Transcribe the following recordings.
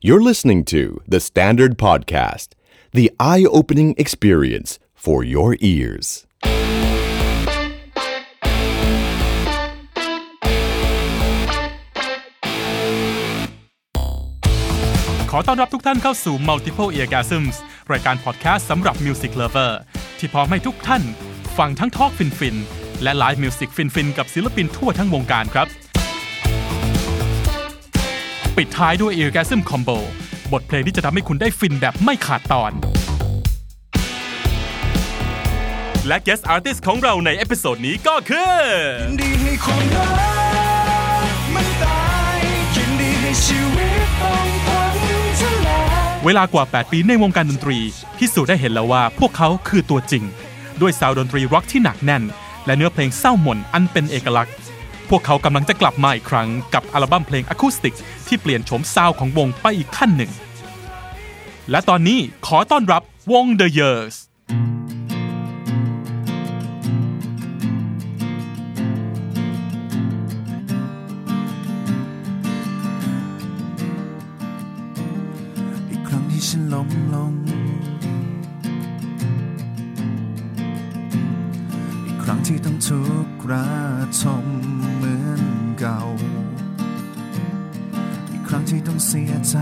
You're listening to The Standard Podcast, the eye-opening experience for your ears. ขอต้อนรับทุกท่านเข้าสู่ Multiple Eargasms รายการพอดแคสต์สำหรับ Music Lover ที่พร้อมให้ทุกท่านฟังทั้งทอล์กฟินๆและไลฟ์มิวสิกฟินๆกับศิลปินทั่วทั้งวงการครับปิดท้ายด้วย Eargasm Combo บทเพลงที่จะทำให้คุณได้ฟินแบบไม่ขาดตอนและ Guest Artist ของเราในเอพิโซดนี้ก็คือยินดีให้ความรักมันตายยินดีให้ชีวิตต้องพังทลายเวลากว่า8ปีในวงการดนตรีพิสูจน์ได้เห็นแล้วว่าพวกเขาคือตัวจริงด้วยซาวด์ดนตรีร็อกที่หนักแน่นและเนื้อเพลงเศร้าหม่นอันเป็นเอกลักษณ์พวกเขากำลังจะกลับมาอีกครั้งกับอัลบั้มเพลงอะคูสติกที่เปลี่ยนโฉมซาวด์ของวงไปอีกขั้นหนึ่งและตอนนี้ขอต้อนรับวง The Years อีกครั้งที่ฉันล้มลงอีกครั้งที่ต้องทุกข์ระทมเหมือนเก่าอีกครั้งที่ต้องเสียใจ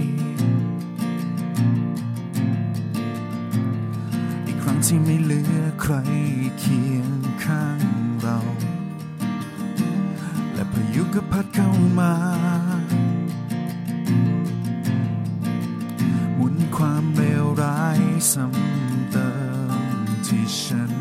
อีกครั้งที่ไม่เหลือใครเคียงข้างเราและพายุก็พัดเข้ามาหมุนความเลวร้ายซ้ำเติมที่ฉัน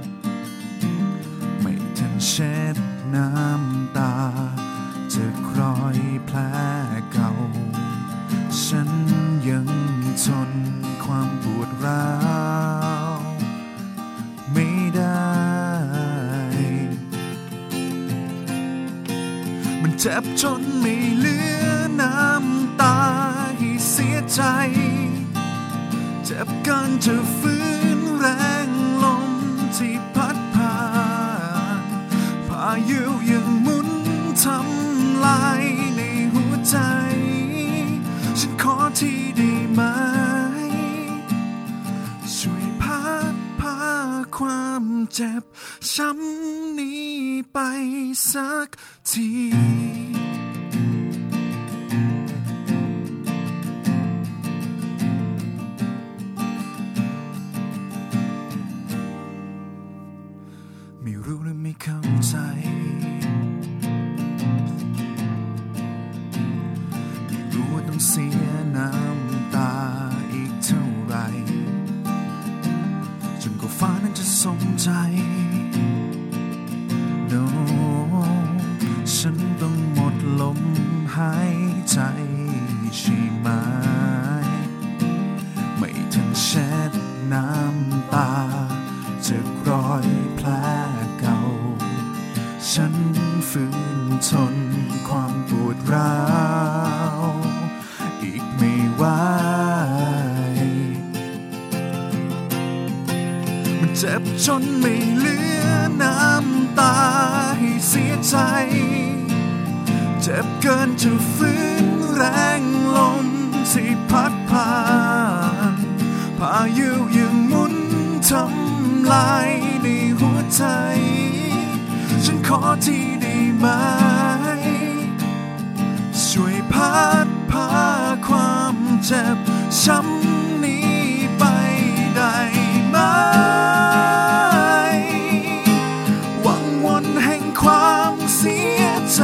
ไม่ทันเช็ดน้ำตาจะครอยแผลเก่าฉันยังทนความปวดร้าวไม่ได้มันเจ็บจนไม่เหลือน้ำตาให้เสียใจเจ็บกันจะฟื้นแรงลมที่พัดผ่านพายุยังหมุนทำลายในหัวใจฉันขอที่ได้ไหมช่วยพัดพาความเจ็บช้ำนี้ไปสักทีไม่รู้หรือไม่เข้าใจไม่รู้ว่าต้องเสียน้ำตาอีกเท่าไรจนกว่าฟ้านั้นจะสมใจ No ฉันต้องหมดลมหายใจใช่ไหมไม่ทันเช็ดน้ำตาจะรอยแผลเก่าฉันฝืนทนความปวดร้าวอีกไม่ไหวมันเจ็บจนไม่เหลือน้ำตาให้เสียใจเจ็บเกินจะฟื้นแรงลมที่พัดผ่านพายุยังหมุนทำลายในหัวใจฉันขอที่ได้ไหมช่วยพัดพาความเจ็บช้ำนี้ไปได้ไหมหวังวนแห่งความเสียใจ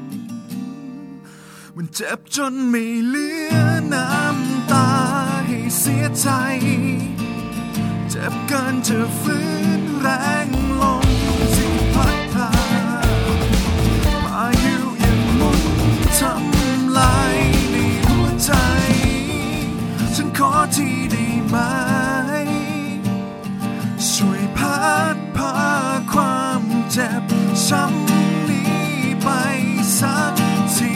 มันเจ็บจนไม่เหลือน้ำตาให้เสียใจเจ็บเกินจะฝืนแรงลมที่พัดพาพายุยังหมุนทำลายในหัวใจฉันขอทีได้ไหมช่วยพัดพาความเจ็บช้ำนี้ไปสักที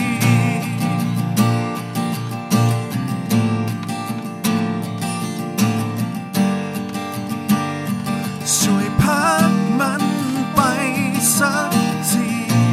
ช่วยพัดมันไปสักที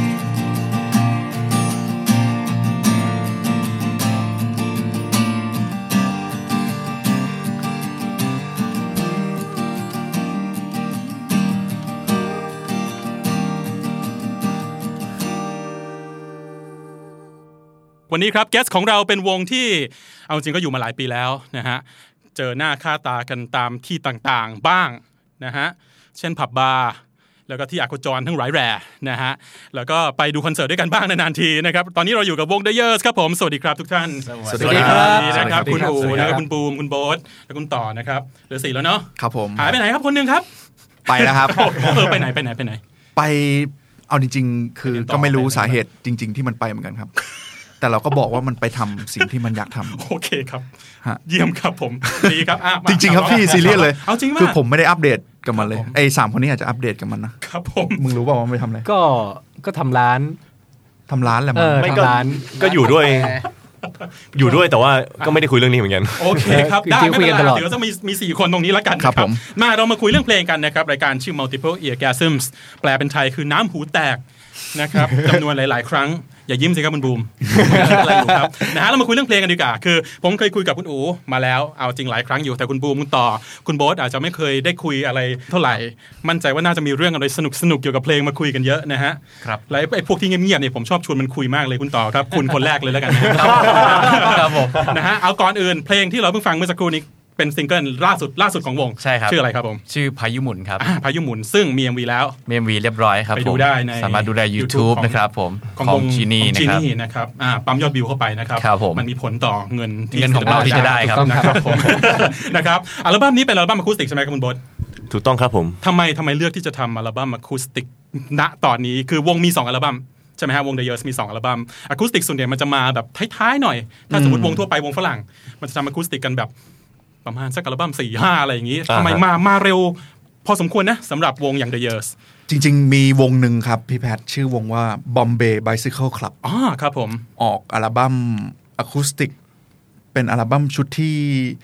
วันนี้ครับแกสของเราเป็นวงที่เอาจริงก็อยู่มาหลายปีแล้วนะฮะเจอหน้าค่าตากันตามที่ต่างๆบ้างนะฮะเช่นผับบาร์แล้วก็ที่อาโคจรทั้งหลายแหร่นะฮะแล้วก็ไปดูคอนเสิร์ตด้วยกันบ้างนานๆทีนะครับตอนนี้เราอยู่กับวง The Years ครับผมสวัสดีครับทุกท่านสวัสดีครับนะครับคุณอู๋แล้วก็คุณบูมคุณโบ๊ทและคุณต่อนะครับเหลือ4แล้วเนาะครับผมหายไปไหนครับคนนึงครับไปแล้วครับไปไหนไปเอาจริงๆคือก็ไม่รู้สาเหตุจริงๆที่มันไปเหมือนกันครับแต่เราก็บอกว่ามันไปทำสิ่งที่มันอยากทำโอเคครับเยี่ยมครับผมดีครับจริงๆครับพี่ซีเรียสเลยเอาจริงว่าคือผมไม่ได้อัปเดตกับมันเลยไอ้3คนนี้อาจจะอัปเดตกับมันนะครับผมมึงรู้เปล่าว่ามันไปทำอะไรก็ทำร้านแหละมันไม่ก็อยู่ด้วยแต่ว่าก็ไม่ได้คุยเรื่องนี้เหมือนกันโอเคครับได้ไม่เป็นไรเดี๋ยวจะมี4คนตรงนี้ละกันครับมาเรามาคุยเรื่องเพลงกันนะครับรายการชื่อ Multiple Eargasms แปลเป็นไทยคือน้ำหูแตกนะครับจำนวนหลายๆครั้งอย่ายิ้มสิครับคุณบูมอะไรอยู่ครับนะฮะเรามาคุยเรื่องเพลงกันดีกว่าคือผมเคยคุยกับคุณอู๋มาแล้วเอาจริงหลายครั้งอยู่แต่คุณบูมคุณต่อคุณโบ๊ทอาจจะไม่เคยได้คุยอะไรเท่าไหร่มั่นใจว่าน่าจะมีเรื่องอะไรสนุกเกี่ยวกับเพลงมาคุยกันเยอะนะฮะครับแล้วไอ้พวกที่เงียบๆเนี่ยผมชอบชวนมันคุยมากเลยคุณต่อครับคุณคนแรกเลยแล้วกันครับผมนะฮะเอาก่อนอื่นเพลงที่เราเพิ่งฟังเมื่อสักครู่นี้เป็นซิงเกิลล่าสุดของวงใช่ครับชื่ออะไรครับผมชื่อพายุหมุนครับพายุหมุนซึ่งมี MV แล้วมี MV เรียบร้อยครับไปดูได้ในสามารถดูได้ YouTube นะครับผมของจีนี่นะครับปั๊มยอดวิวเข้าไปนะครับมันมีผลต่อเงินของเราที่จะได้ครับนะครับผมนะครับอัลบั้มนี้เป็นอัลบั้มอะคูสติกใช่ไหมครับคุณโบ๊ทถูกต้องครับผมทำไมเลือกที่จะทำอัลบั้มอะคูสติกณตอนนี้คือวงมี2อัลบั้มใช่ไหมฮะวง The Years มี2อัลบั้มอะคูสติกส่วนใหญ่มันจะมาแบบท้ายๆหน่อยถ้าสมมติวงทั่วไปวงฝรั่งมันจะทำอะคูสติกกันแบบประมาณสักอัลบั้ม 4-5 อะไรอย่างงี้ทำไมมาเร็วพอสมควรนะสำหรับวงอย่าง The Years จริงๆมีวงหนึ่งครับพี่แพทชื่อวงว่า Bombay Bicycle Club ครับผมออกอัลบั้มอะคูสติกเป็นอัลบั้มชุดที่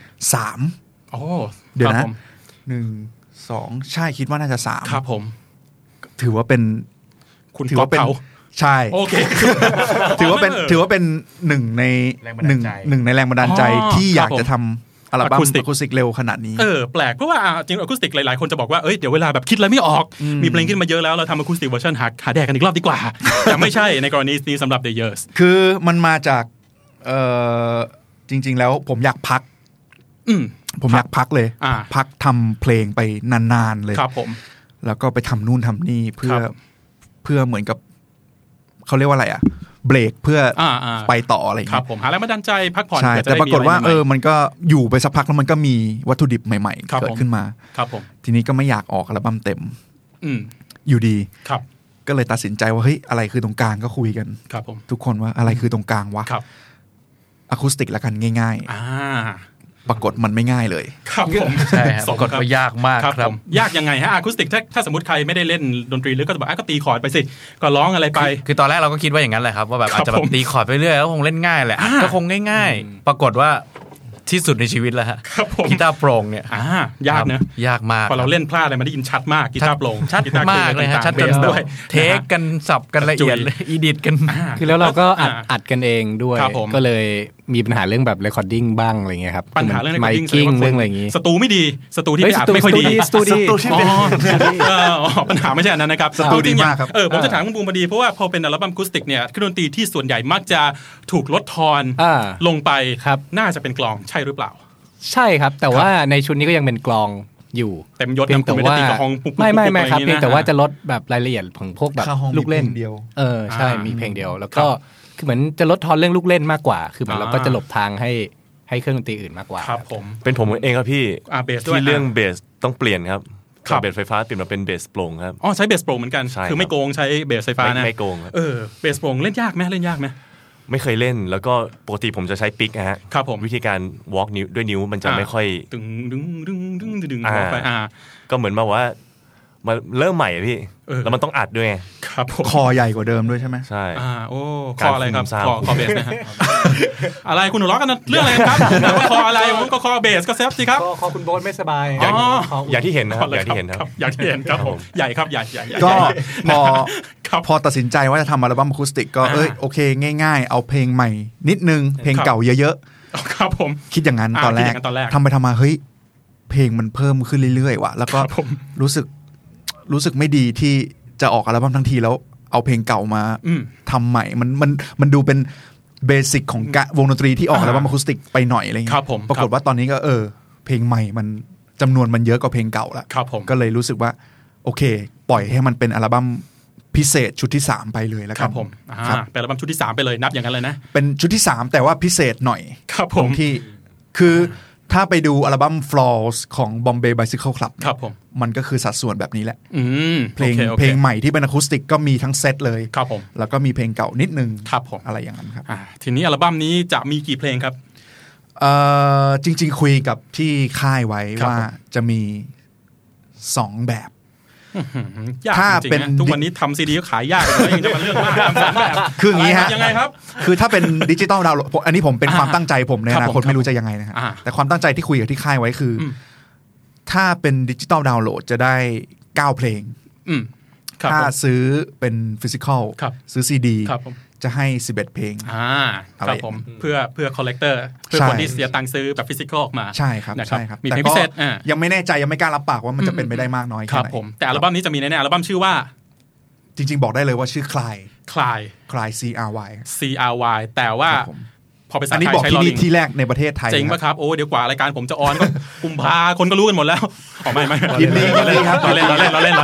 3เดี๋ยวนะ1 2ใช่คิดว่าน่าจะ3 ครับผมถือว่าเป็นคุณถือว่าเป็นใช่โอเคถือว่าเป็นหนึ่งในแรงบันดาลใจที่อยากจะทำอัลบั้มอะคูสติกเร็วขนาดนี้แปลกเพราะว่าจริงอะคูสติกหลายๆคนจะบอกว่าเดี๋ยวเวลาแบบคิดอะไรไม่ออกมีเพลงขึ้นมาเยอะแล้วเราทำอะคูสติกเวอร์ชันหาแดกกันอีกรอบดีกว่าแต่ไม่ใช่ในกรณีนี้สำหรับ The Years คือมันมาจากจริงๆแล้วผมอยากพักเลยพักทำเพลงไปนานๆเลยครับผมแล้วก็ไปทำนู่นทำนี่เพื่อเหมือนกับเขาเรียกว่าอะไรเบรกเพื่อไปต่ออะไรอย่างเงี้ยครับผมหาแรงบันดาลใจพักผ่อนใช่แต่ปรากฏว่ามันก็อยู่ไปสักพักแล้วมันก็มีวัตถุดิบใหม่ๆเกิดขึ้นมาครับผมทีนี้ก็ไม่อยากออกอัลบั้มเต็มอยู่ดีครับก็เลยตัดสินใจว่าเฮ้ยอะไรคือตรงกลางก็คุยกันครับผมทุกคนว่าอะไรคือตรงกลางวะอะคูสติกละกันง่ายๆปรากฏมันไม่ง่ายเลยครับผมใช่ปรากฏว่ายากมากครับยากยังไงฮะอะคูสติกถ้าสมมติใครไม่ได้เล่นดนตรีหรือก็จะบอกก็ตีคอร์ดไปสิก็ร้องอะไรไปคือตอนแรกเราก็คิดว่าอย่างนั้นแหละครับว่าแบบอาจจะแบบตีคอร์ดไปเรื่อยแล้วคงเล่นง่ายแหละก็คงง่ายๆปรากฏว่าที่สุดในชีวิตแล้วฮะกีตาร์โปร่งเนี่ยยากนะยากมากพอเราเล่นพลาดอะไรมันได้ยินชัดมากกีตาร์โปร่งชัดมากเลยฮะชัดจนด้วยเทคกันสับกันละเอียดอีดิทกันคือแล้วเราก็อัดกันเองด้วยก็เลยมีปัญหาเรื่องแบบเรคคอร์ดดิ้งบ้างอะไรเงี้ยครับปัญหาเรื่องไมกิ้งเรื่องอะไรอย่างงี้สตูไม่ดีสตูที่อัดไม่ค่อยดีสตูที่เป็นปัญหาไม่ใช่อันนั้นนะครับสตูดีมากครับผมจะถามคุณบูมพอดีเพราะว่าพอเป็นอัลบั้มอะคูสติกเนี่ยเครื่องดนตรีที่ส่วนใหญ่มักจะถูกลดทอนลงไปน่าจะเป็นกลองใช่หรือเปล่าใช่ครับแต่ว่าในชุดนี้ก็ยังเป็นกลองอยู่เต็มยศแต่ว่าไม่ครับเพียงแต่ว่าจะลดแบบรายละเอียดของพวกแบบลูกเล่นใช่มีเพลงเดียวแล้วก็คือเหมือนจะลดทอนเรื่องลูกเล่นมากกว่าคือเหมือนเราก็จะหลบทางให้ให้เครื่องดนตรีอื่นมากกว่าครับผมเป็นผมเองครับพี่ที่เรื่องเบสต้องเปลี่ยนครับเบสไฟฟ้าเปลี่ยนมาเป็นเบสโปร่งครับอ๋อใช้เบสโปร่งเหมือนกันคือไม่โกงใช้เบสไฟฟ้านะไม่โกงเบสโปร่งเล่นยากไหมไม่เคยเล่นแล้วก็ปกติผมจะใช้ปิกนะฮะครับผมวิธีการ walk นิ้วด้วยนิ้วมันจะไม่ค่อยดึงไปก็เหมือนมาว่ามาเริ่มใหม่พี่แล้วมันต้องอัดด้วยครับผมคอใหญ่กว่าเดิมด้วยใช่ไหมใช่โอ้คออะไรครับคอเบสนะฮะอะไรคุณหัวเราะกันเรื่องอะไรครับคออะไรผมก็คอเบสก็เซฟสิครับคอคุณโบ๊ทไม่สบายอย่างที่เห็นนะครับอย่างที่เห็นครับผมใหญ่ครับใหญ่ก็พอตัดสินใจว่าจะทำอัลบั้มอะคูสติกก็โอเคง่ายๆเอาเพลงใหม่นิดนึงเพลงเก่าเยอะๆครับผมคิดอย่างนั้นตอนแรกทำไปทำมาเฮ้ยเพลงมันเพิ่มขึ้นเรื่อยๆว่ะแล้วก็รู้สึกไม่ดีที่จะออกอัลบั้มทั้งทีแล้วเอาเพลงเก่ามาทำใหม่มันดูเป็นเบสิกของวงดนตรีที่ออกอัลบั้มอะคูสติกไปหน่อยอะไรเงี้ยปรากฏว่าตอนนี้ก็เพลงใหม่มันจำนวนมันเยอะกว่าเพลงเก่าแล้วก็เลยรู้สึกว่าโอเคปล่อยให้มันเป็นอัลบั้มพิเศษชุดที่3ไปเลยแล้วกันครับผมเป็นอัลบั้มชุดที่3ไปเลยนับอย่างนั้นเลยนะเป็นชุดที่3แต่ว่าพิเศษหน่อยครับผมที่คือถ้าไปดูอัลบั้ม Flaws ของ Bombay Bicycle Club ครับผมมันก็คือสัดส่วนแบบนี้แหละเพลงใหม่ที่เป็นอะคูสติกก็มีทั้งเซตเลยครับผมแล้วก็มีเพลงเก่านิดนึงครับผมอะไรอย่างนั้นครับทีนี้อัลบั้มนี้จะมีกี่เพลงครับจริงๆคุยกับที่ค่ายไว้ว่าจะมี2แบบถ้าเป็นทุกวันนี้ทำซีดีก็ขายยากเลยยังจะมาเลือกมาก2แบบคืออย่างนี้ฮะยังไงครับคือถ้าเป็นดิจิตอลดาวน์โหลดอันนี้ผมเป็นความตั้งใจผมในอนาคตไม่รู้จะยังไงนะฮะแต่ความตั้งใจที่คุยกับที่ค่ายไว้คือถ้าเป็นดิจิตอลดาวน์โหลดจะได้9เพลงถ้าซื้อเป็นฟิสิกอลซื้อซีดีจะให้11เพลงครับผมเพื่อคอลเลกเตอร์เพื่อคนที่เสียตังค์ซื้อแบบฟิสิกอลออกมาใช่ครับใช่ครับมีเพลงพิเศษยังไม่แน่ใจยังไม่กล้ารับปากว่ามันจะเป็นไปได้มากน้อยแค่ไหนแต่อัลบั้มนี้จะมีแน่ๆอัลบั้มชื่อว่าจริงๆบอกได้เลยว่าชื่อคลาย CRY แต่ว่าพอไปอันนี้บอกที่นี่ที่แรกในประเทศไทยจริงป่ะครับโอ้เดี๋ยวกว่ารายการผมจะออนก็กุมภาคนก็รู้กันหมดแล้วไม่ยินดีครับเราเล่น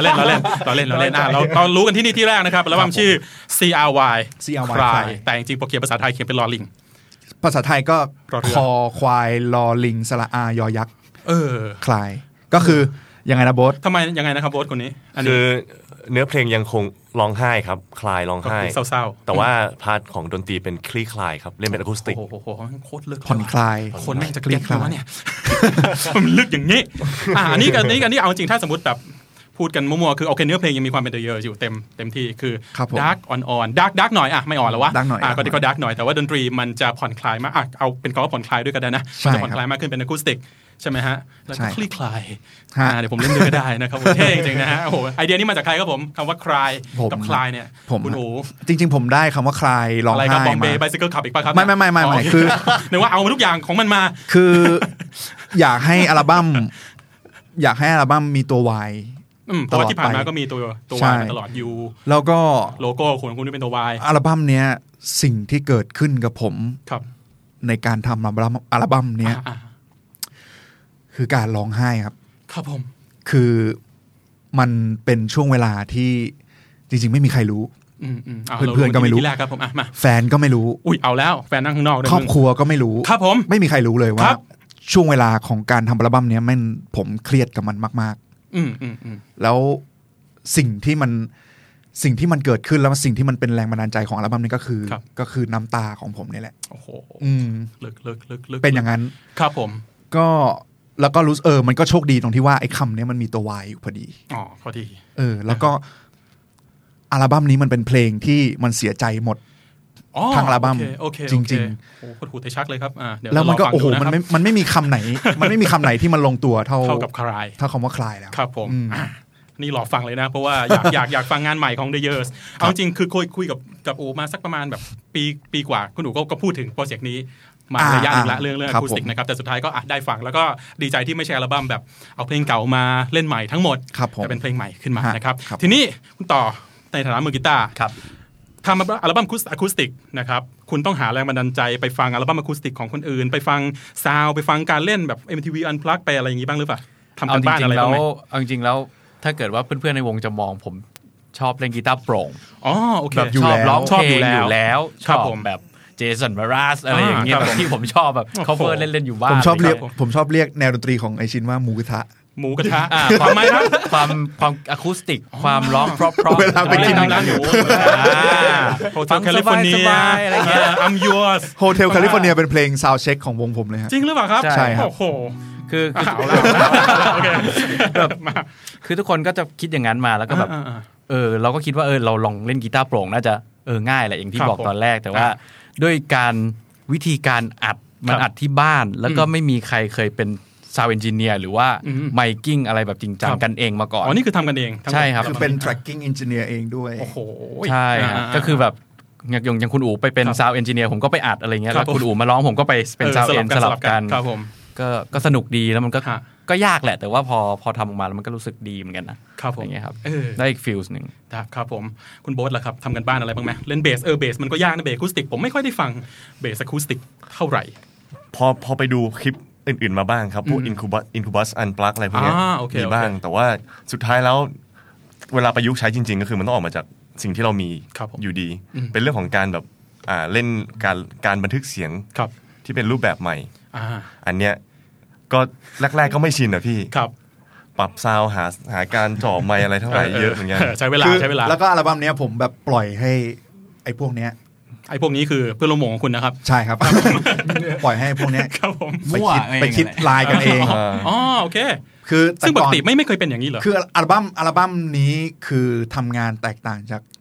เรารู้กันที่นี่ที่แรกนะครับแล้วว่าชื่อ CRY แต่จริงๆพอเขียนภาษาไทยเขียนเป็นลอลิงภาษาไทยก็คอควายลอลิงสระอายอยักษ์คลายก็คือยังไงนะโบ๊ททำไมยังไงนะครับโบ๊ทคนนี้คือเนื้อเพลงยังคงร้องไห้ครับคลายร้องไห้เศร้าๆแต่ว่าพาร์ทของดนตรีเป็นคลี่คลายครับเล่นเป็นอะคูสติกโอ้โหโคตรลึกผ่อนคลายคนแม่งจะคลี่คลายเนี่ยมันลึกอย่างนี้อันนี้เอาจริงถ้าสมมติแบบพูดกันมั่วๆคือโอเคเนื้อเพลงยังมีความเป็นเดอะเยอร์อยู่เต็มที่คือดาร์กอ่อนดาร์กหน่อยไม่อ่อนแล้ววะก็ดาร์กหน่อยแต่ว่าดนตรีมันจะผ่อนคลายมากเอาเป็นคำว่าผ่อนคลายด้วยกันนะมันจะผ่อนคลายมากขึ้นเป็นอะคูสติกใช่ไหมฮะแล้วก็คลี่คลายเดี๋ยวผมเล่นด้วยก็ได้นะครับเท่จริงๆนะฮะโอ้โหไอเดียนี้มาจากใครครับผมคำว่าคลายกับคลายเนี่ยคุณโอ้จริงๆผมได้คำว่าคลายร้องไห้มาอะไรครับ Bombay Bicycle Club อีกป่ะครับไม่คือนึกว่าเอาทุกอย่างของมันมาคืออยากให้อัลบั้มมีตัว Y เพราะว่าที่ผ่านมาก็มีตัววายตลอดอยู่แล้วก็โลโก้ของคุณนี่เป็นตัววายอัลบั้มเนี้ยสิ่งที่เกิดขึ้นกับผมในการทำอัลบั้มเนี้ยคือการร้องไห้ครับครับผมคือมันเป็นช่วงเวลาที่จริงๆไม่มีใครรู้เพื่อนๆก็ไม่รู้แฟนก็ไม่รู้อุ้ยเอาแล้วแฟนนั่งข้างนอกครอบครัวก็ไม่รู้ครับผมไม่มีใครรู้เลยว่าช่วงเวลาของการทำอัลบั้มเนี้ยผมเครียดกับมันมากแล้วสิ่งที่มันเกิดขึ้นแล้วสิ่งที่มันเป็นแรงบันดาลใจของอัลบั้มนี้ก็คือน้ำตาของผมนี่แหละโอ้โหลึกเป็นอย่างนั้นครับผมก็แล้วก็รู้มันก็โชคดีตรงที่ว่าไอ้คำนี้มันมีตัว Y อยู่พอดีพอดีแล้วก็อัลบั้มนี้มันเป็นเพลงที่มันเสียใจหมดทั้งอัลบั้มจริงๆโอ้โหหูเตชักเลยครับแล้วมันก็โอ้โหมันไม่มีคำไหนที่มันลงตัวเท่ากับคลายเท่าคำว่าคลายแล้วครับผมนี่รอฟังเลยนะเพราะว่าอยากฟังงานใหม่ของ The Years เอาจริงคือคุยกับอูมาสักประมาณแบบปีกว่าคุณอูก็พูดถึงโปรเจกต์นี้มาระยะนึงละเรื่องอะคูสติกนะครับแต่สุดท้ายก็ได้ฟังแล้วก็ดีใจที่ไม่ใช่อัลบั้มแบบเอาเพลงเก่ามาเล่นใหม่ทั้งหมดแต่เป็นเพลงใหม่ขึ้นมานะครับทีนี้คุณต่อในฐานะมือกีตาร์ทำอัลบั้มอะคูสติกนะครับคุณต้องหาแรงบันดาลใจไปฟังอัลบั้มอะคูสติกของคนอื่นไปฟังซาวด์ไปฟังการเล่นแบบ MTV Unplugged ไปอะไรอย่างงี้บ้างหรือเปล่าทำกันบ้านอะไรบ้างไหมเอาจริงๆแล้วถ้าเกิดว่าเพื่อนๆในวงจะมองผมชอบเล่นกีตาร์โปร่งโอเคชอบร้องเพลงอยู่แล้วชอบแบบเจสัน บาราสอะไรอย่างเงี้ยแบบที่ผมชอบแบบ cover เล่นๆอยู่บ้างผมชอบเรียกแนวดนตรีของไอชินว่าหมูกระทะความไม่ครับความอะคูสติกความร้องเพราะเวลาไปกินร้านอยู่โฮเทลแคลิฟอร์เนียอะไรเงี้ย I'm yours โฮเทลแคลิฟอร์เนียเป็นเพลงซาวด์เช็คของวงผมเลยฮะจริงหรือเปล่าครับใช่ครับโอ้โหคือแบบคือทุกคนก็จะคิดอย่างนั้นมาแล้วก็แบบเราก็คิดว่าเราลองเล่นกีตาร์โปร่งน่าจะง่ายแหละอย่างที่บอกตอนแรกแต่ว่าด้วยการวิธีการอัดมันอัดที่บ้านแล้วก็ไม่มีใครเคยเป็นซาวด์เอนจิเนียร์หรือว่าไมกิ้งอะไรแบบจริงจังกันเองมาก่อนนี่คือทำกันเองใช่ครับคือเป็น tracking engineer เองด้วยโอ้โหใช่ก็คือแบบอย่างคุณอู๋ไปเป็นซาวด์เอนจิเนียร์ผมก็ไปอัดอะไรเงี้ยแล้วคุณอู๋มาร้องผมก็ไปเป็นซาวด์เอนสลับกันก็สนุกดีแล้วมันก็ยากแหละแต่ว่าพอทำออกมาแล้วมันก็รู้สึกดีเหมือนกันนะครับอย่างเงี้ยครับได้อีกฟีลนึงครับผมคุณโบ๊ทล่ะครับทำกันบ้านอะไรบ้างไหมเล่นเบสเบสมันก็ยากนะเบสอะคูสติกผมไม่ค่อยได้ฟังเบสอะคูสติกเท่าไหร่พอไปดูคลิปอื่นๆมาบ้างครับพวก Incubus Unplug อะไรพวกนี้มีบ้างแต่ว่าสุดท้ายแล้วเวลาประยุกต์ใช้จริงๆก็คือมันต้องออกมาจากสิ่งที่เรามีอยู่ดีเป็นเรื่องของการแบบเล่นการบันทึกเสียงที่เป็นรูปแบบใหม่อันเนี้ยก็แรกๆก็ไม่ชินนะพี่ปรับซาวหาการจ่อไมค์อะไรทั้งหลายเยอะเหมือนกันใช้เวลาแล้วก็อัลบั้มนี้ผมแบบปล่อยให้ไอ้พวกเนี้ยคือเพื่อนร่วมวงของคุณนะครับใช่ครับปล่อยให้พวกเนี้ยไปคิดลายกันเองโอเคคือซึ่งปกติไม่เคยเป็นอย่างนี้เหรอคืออัลบั้มนี้คือทำงานแตกต่างจาก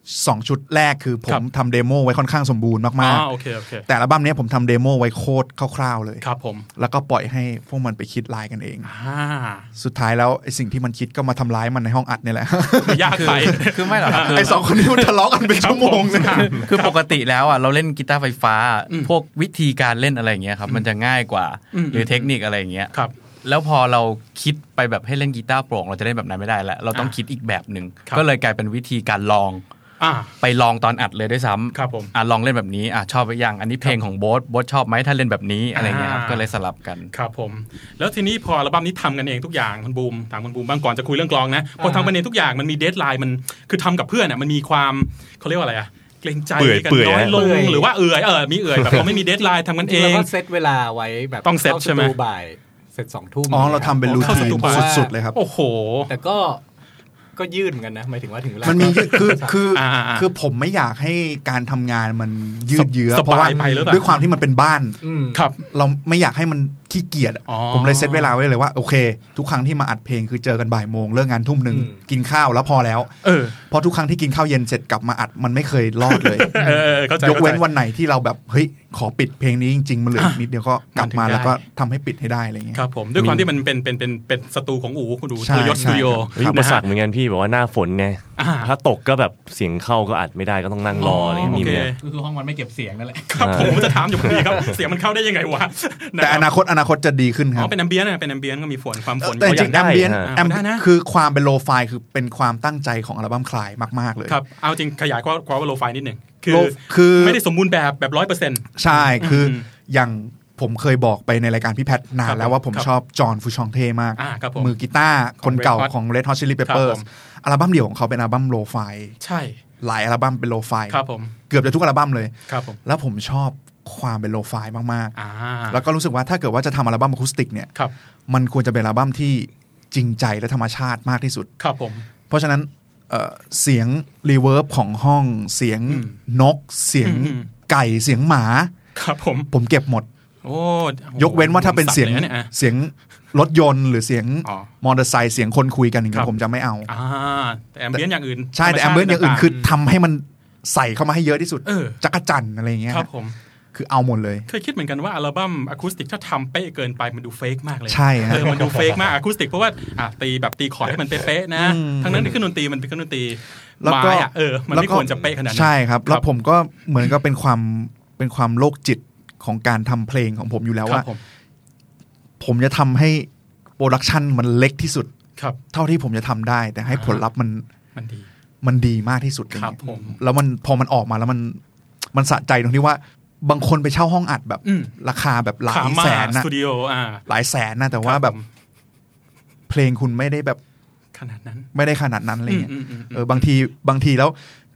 2ชุดแรกคือผมทำเดโมไว้ค่อนข้างสมบูรณ์มากๆแต่อัลบั้มนี้ผมทำเดโมไว้โคตรคร่าวๆเลยครับผมแล้วก็ปล่อยให้พวกมันไปคิดลายกันเองสุดท้ายแล้วไอ้สิ่งที่มันคิดก็มาทำร้ายมันในห้องอัดนี่แหละยากไปคือไม่หรอกไอ้2คนนี้มันทะเลาะกันเป็นชั่วโมงเลยคือปกติแล้วเราเล่นกีตาร์ไฟฟ้าพวกวิธีการเล่นอะไรอย่างเงี้ยครับมันจะง่ายกว่าหรือเทคนิคอะไรอย่างเงี้ยแล้วพอเราคิดไปแบบให้เล่นกีตาร์โปร่งเราจะเล่นแบบนั้นไม่ได้แล้วเราต้องคิดอีกแบบนึงก็เลยกลายเป็นวิธีการลองไปลองตอนอัดเลยด้วยซ้ำครับผมลองเล่นแบบนี้ชอบไปอย่างอันนี้เพลงของโบ๊ทชอบไหมถ้าเล่นแบบนี้อะไรเงี้ยครับก็เลยสลับกันครับผมแล้วทีนี้พออัลบั้มนี้ทำกันเองทุกอย่างคุณบูมถามคุณบูมบ้างก่อนจะคุยเรื่องกลองนะพอทำกันเองทุกอย่างมันมีเดดไลน์มันคือทำกับเพื่อนมันมีความเขาเรียกว่าอะไรเกรงใจกันน้อยลงหรือว่ามีแบบเราไม่มีเดดไลน์ทำกันเองแล้วก็เซตเวลาไว้แบบต้องเซตใช่ไหมบ่ายเสร็จ 2 ทุ่มเราทำเป็นรูทีนสุดๆเลยครับโอ้โหแต่ก็ยืดเหมือนกันนะหมายถึงว่าถึงเวลามันมีคือผมไม่อยากให้การทำงานมันยืดเยื้อเพราะว่าด้วยความที่มันเป็นบ้านเราไม่อยากให้มันขี้เกียจผมเลยเซตเวลาไว้เลยว่าโอเคทุกครั้งที่มาอัดเพลงคือเจอกันบ่ายโมงเลิกงานทุ่มนึงกินข้าวแล้วพอแล้วเพราะทุกครั้งที่กินข้าวเย็นเสร็จกลับมาอัดมันไม่เคยรอดเลยยกเว้นวันไหนที่เราแบบเฮ้ยขอปิดเพลงนี้จริงๆมันเหลือนิดเดียวก็กลับมาแล้วก็ทำให้ปิดให้ได้อะไรเงี้ยครับผมด้วยความที่มันเป็นสตูของอู๋คุณดูทรยศสตูดิโออุปสรรคเหมือนกันพี่บอกว่าหน้าฝนไงถ้าตกก็แบบเสียงเข้าก็อัดไม่ได้ก็ต้องนั่งรออะไรมีไหมคือห้องมันไม่เก็บเสียงนั่นแหละครับผมจะถามอยู่พอดีครับเสียงมันเข้าได้ยังไงวะแต่อนาคตจะดีขึ้นครับเป็นแอมเบียนเป็นแอมเบียนก็มีฝนความฝนแต่จริงแอมเบียนคือความเป็นโลไฟคือเป็นความตั้งใจของอัลบั้มคลายมากๆเลยครับเอาจริงขยายความว่าโลไฟนิดนึงคือไม่ได้สมบูรณ์แบบ 100% ใช่คืออย่างผมเคยบอกไปในรายการพี่แพทนานแล้วว่าผมชอบจอห์นฟูชองเท่มากมือกีตาร์คนเก่าของ Red Hot Chili Peppers อัลบั้มเดี่ยวของเขาเป็นอัลบั้มโลไฟใช่หลายอัลบั้มเป็นโลไฟครับผมเกือบจะทุกอัลบั้มเลยครับผมแล้วผมชอบความเป็นโลไฟมากๆแล้วก็รู้สึกว่าถ้าเกิดว่าจะทำอัลบั้มอะคูสติกเนี่ยมันควรจะเป็นอัลบั้มที่จริงใจและธรรมชาติมากที่สุดครับผมเพราะฉะนั้นเสียงรีเวิร์บของห้องเสียงนกเสียงไก่เสียงหมาครับผมเก็บหมดยกเว้นว่าถ้าเป็นเสียงรถยนต์หรือเสียงมอเตอร์ไซค์เสียงคนคุยกันอย่างเงี้ยผมจะไม่เอาแต่แอมเบียนอย่างอื่นใช่แต่แอมเบียนอย่างอื่นคือทำให้มันใส่เข้ามาให้เยอะที่สุดจักรจั่นอะไรอย่างเงี้ยครับผมคือเอาหมดเลยเคยคิดเหมือนกันว่าอัลบั้มอะคูสติกถ้าทำเป๊ะเกินไปมันดูเฟกมากเลยใช่มันดูเฟกมากอะคูสติกเพราะว่าตีคอร์ดให้มันเป๊ะๆนะทั้งนั้นที่เครื่องดนตรีมันเป็นเครื่องดนตรีแล้วก็มันไม่ควรจะเป๊ะขนาดนั้นใช่ครับแล้วผมก็เหมือนกับเป็นความโรคจิตของการทำเพลงของผมอยู่แล้วว่าผมจะทำให้โปรดักชันมันเล็กที่สุดเท่าที่ผมจะทำได้แต่ให้ผลลัพธ์มันดีมากที่สุดแล้วมันพอมันออกมาแล้วมันสะใจตรงที่ว่าบางคนไปเช่าห้องอัดแบบราคาแบบหลายแสนนะสตูดิโอหลายแสนนะแต่ว่าแบบเพลงคุณไม่ได้แบบขนาดนั้นไม่ได้ขนาดนั้นอะไรเงี้ยบางทีแล้ว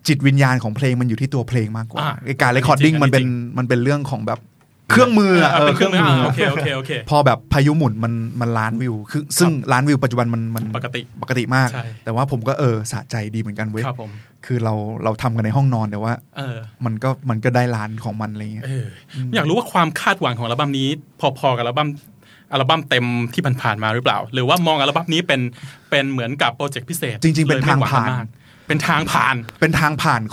จิตวิญญาณของเพลงมันอยู่ที่ตัวเพลงมากกว่าการเรคคอร์ดดิ้งมันเป็นเรื่องของแบบเครื่องมือเครื่องมือโอเคพอแบบพายุหมุนมันล้านวิวคือซึ่งล้านวิวปัจจุบันมันปกติมากแต่ว่าผมก็สะใจดีเหมือนกันเว้ยคือเราทำกันในห้องนอนแต่ว่ามันก็ได้ล้านของมันอะไรเงี้ยอยากรู้ว่าความคาดหวังของอัลบั้มนี้พอๆกับอัลบั้มเต็มที่ผ่านมาหรือเปล่าหรือว่ามองอัลบั้มนี้เป็นเหมือนกับโปรเจกต์พิเศษจริงๆเป็นทางผ่านเป็นทางผ่าน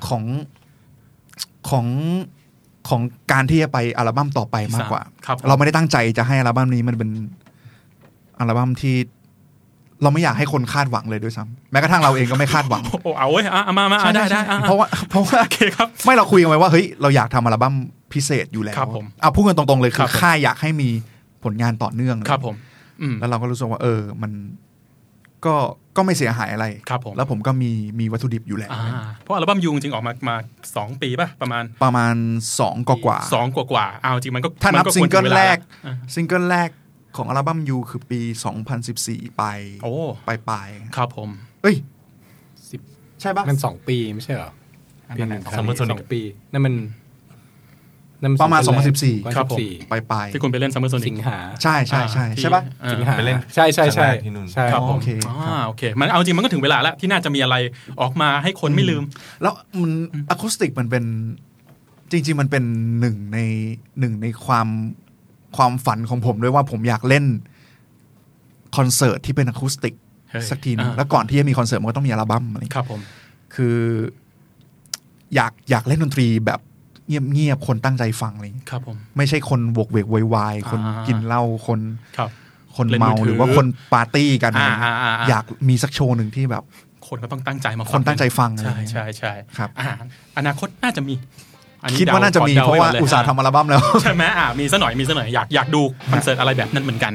ของการที่จะไปอัลบั้มต่อไปมากกว่าเราไม่ได้ตั้งใจจะให้อัลบั้มนี้มันเป็นอัลบั้มที่เราไม่อยากให้คนคาดหวังเลยด้วยซ้ำแม้กระทั่งเราเองก็ไม่คาดหวังเอาเว้ยมาได้เพราะว่าโอเคครับไม่เราคุยกันไว้ว่าเฮ้ยเราอยากทำอัลบั้มพิเศษอยู่แล้วเอาพูดกันตรงๆเลยคือค่ายอยากให้มีผลงานต่อเนื่องครับผมแล้วเราก็รู้สึกว่ามันก็ไม่เสียหายอะไรแล้วผมก็มีวัตถุดิบอยู่แล้วเพราะอัลบั้มยูจริงออกมา2 ปีป่ะประมาณ 2กว่าเอาจริงมันก็ถ้านับซิงเกิลแรกของอัลบั้มยูคือปี2014ไปครับผมใช่ป่ะมัน2 ปีไม่ใช่เหรอปี2 ปีนั่นมันประมาณ2014 ครับผมไปที่คุณไปเล่นซัมเมอร์โซนิกสิงหาใช่ป่ะสิงหาไปเล่นใช่ที่นู่นครับโอเคมันเอาจริงมันก็ถึงเวลาแล้วที่น่าจะมีอะไรออกมาให้คนไม่ลืมแล้วมันอะคูสติกมันเป็นจริงๆมันเป็นหนึ่งในความฝันของผมด้วยว่าผมอยากเล่นคอนเสิร์ตที่เป็นอะคูสติกสักทีนึงแล้วก่อนที่จะมีคอนเสิร์ตมันก็ต้องมีอัลบั้มอะไรครับผมคืออยากเล่นดนตรีแบบเงียบๆคนตั้งใจฟังอะไรครับผมไม่ใช่คนโวกเวกวายคนกินเหล้าคนเมาหรือว่าคนปาร์ตี้กันอยากมีสักโชว์หนึ่งที่แบบคนก็ต้องตั้งใจมาคนตั้งใจฟังใช่ครับอนาคตน่าจะมีคิดว่าน่าจะมีเพราะว่าอุตสาห์ทำอัลบั้มแล้วใช่ไหมมีซะหน่อยอยากดูคอนเสิร์ตอะไรแบบนั้นเหมือนกัน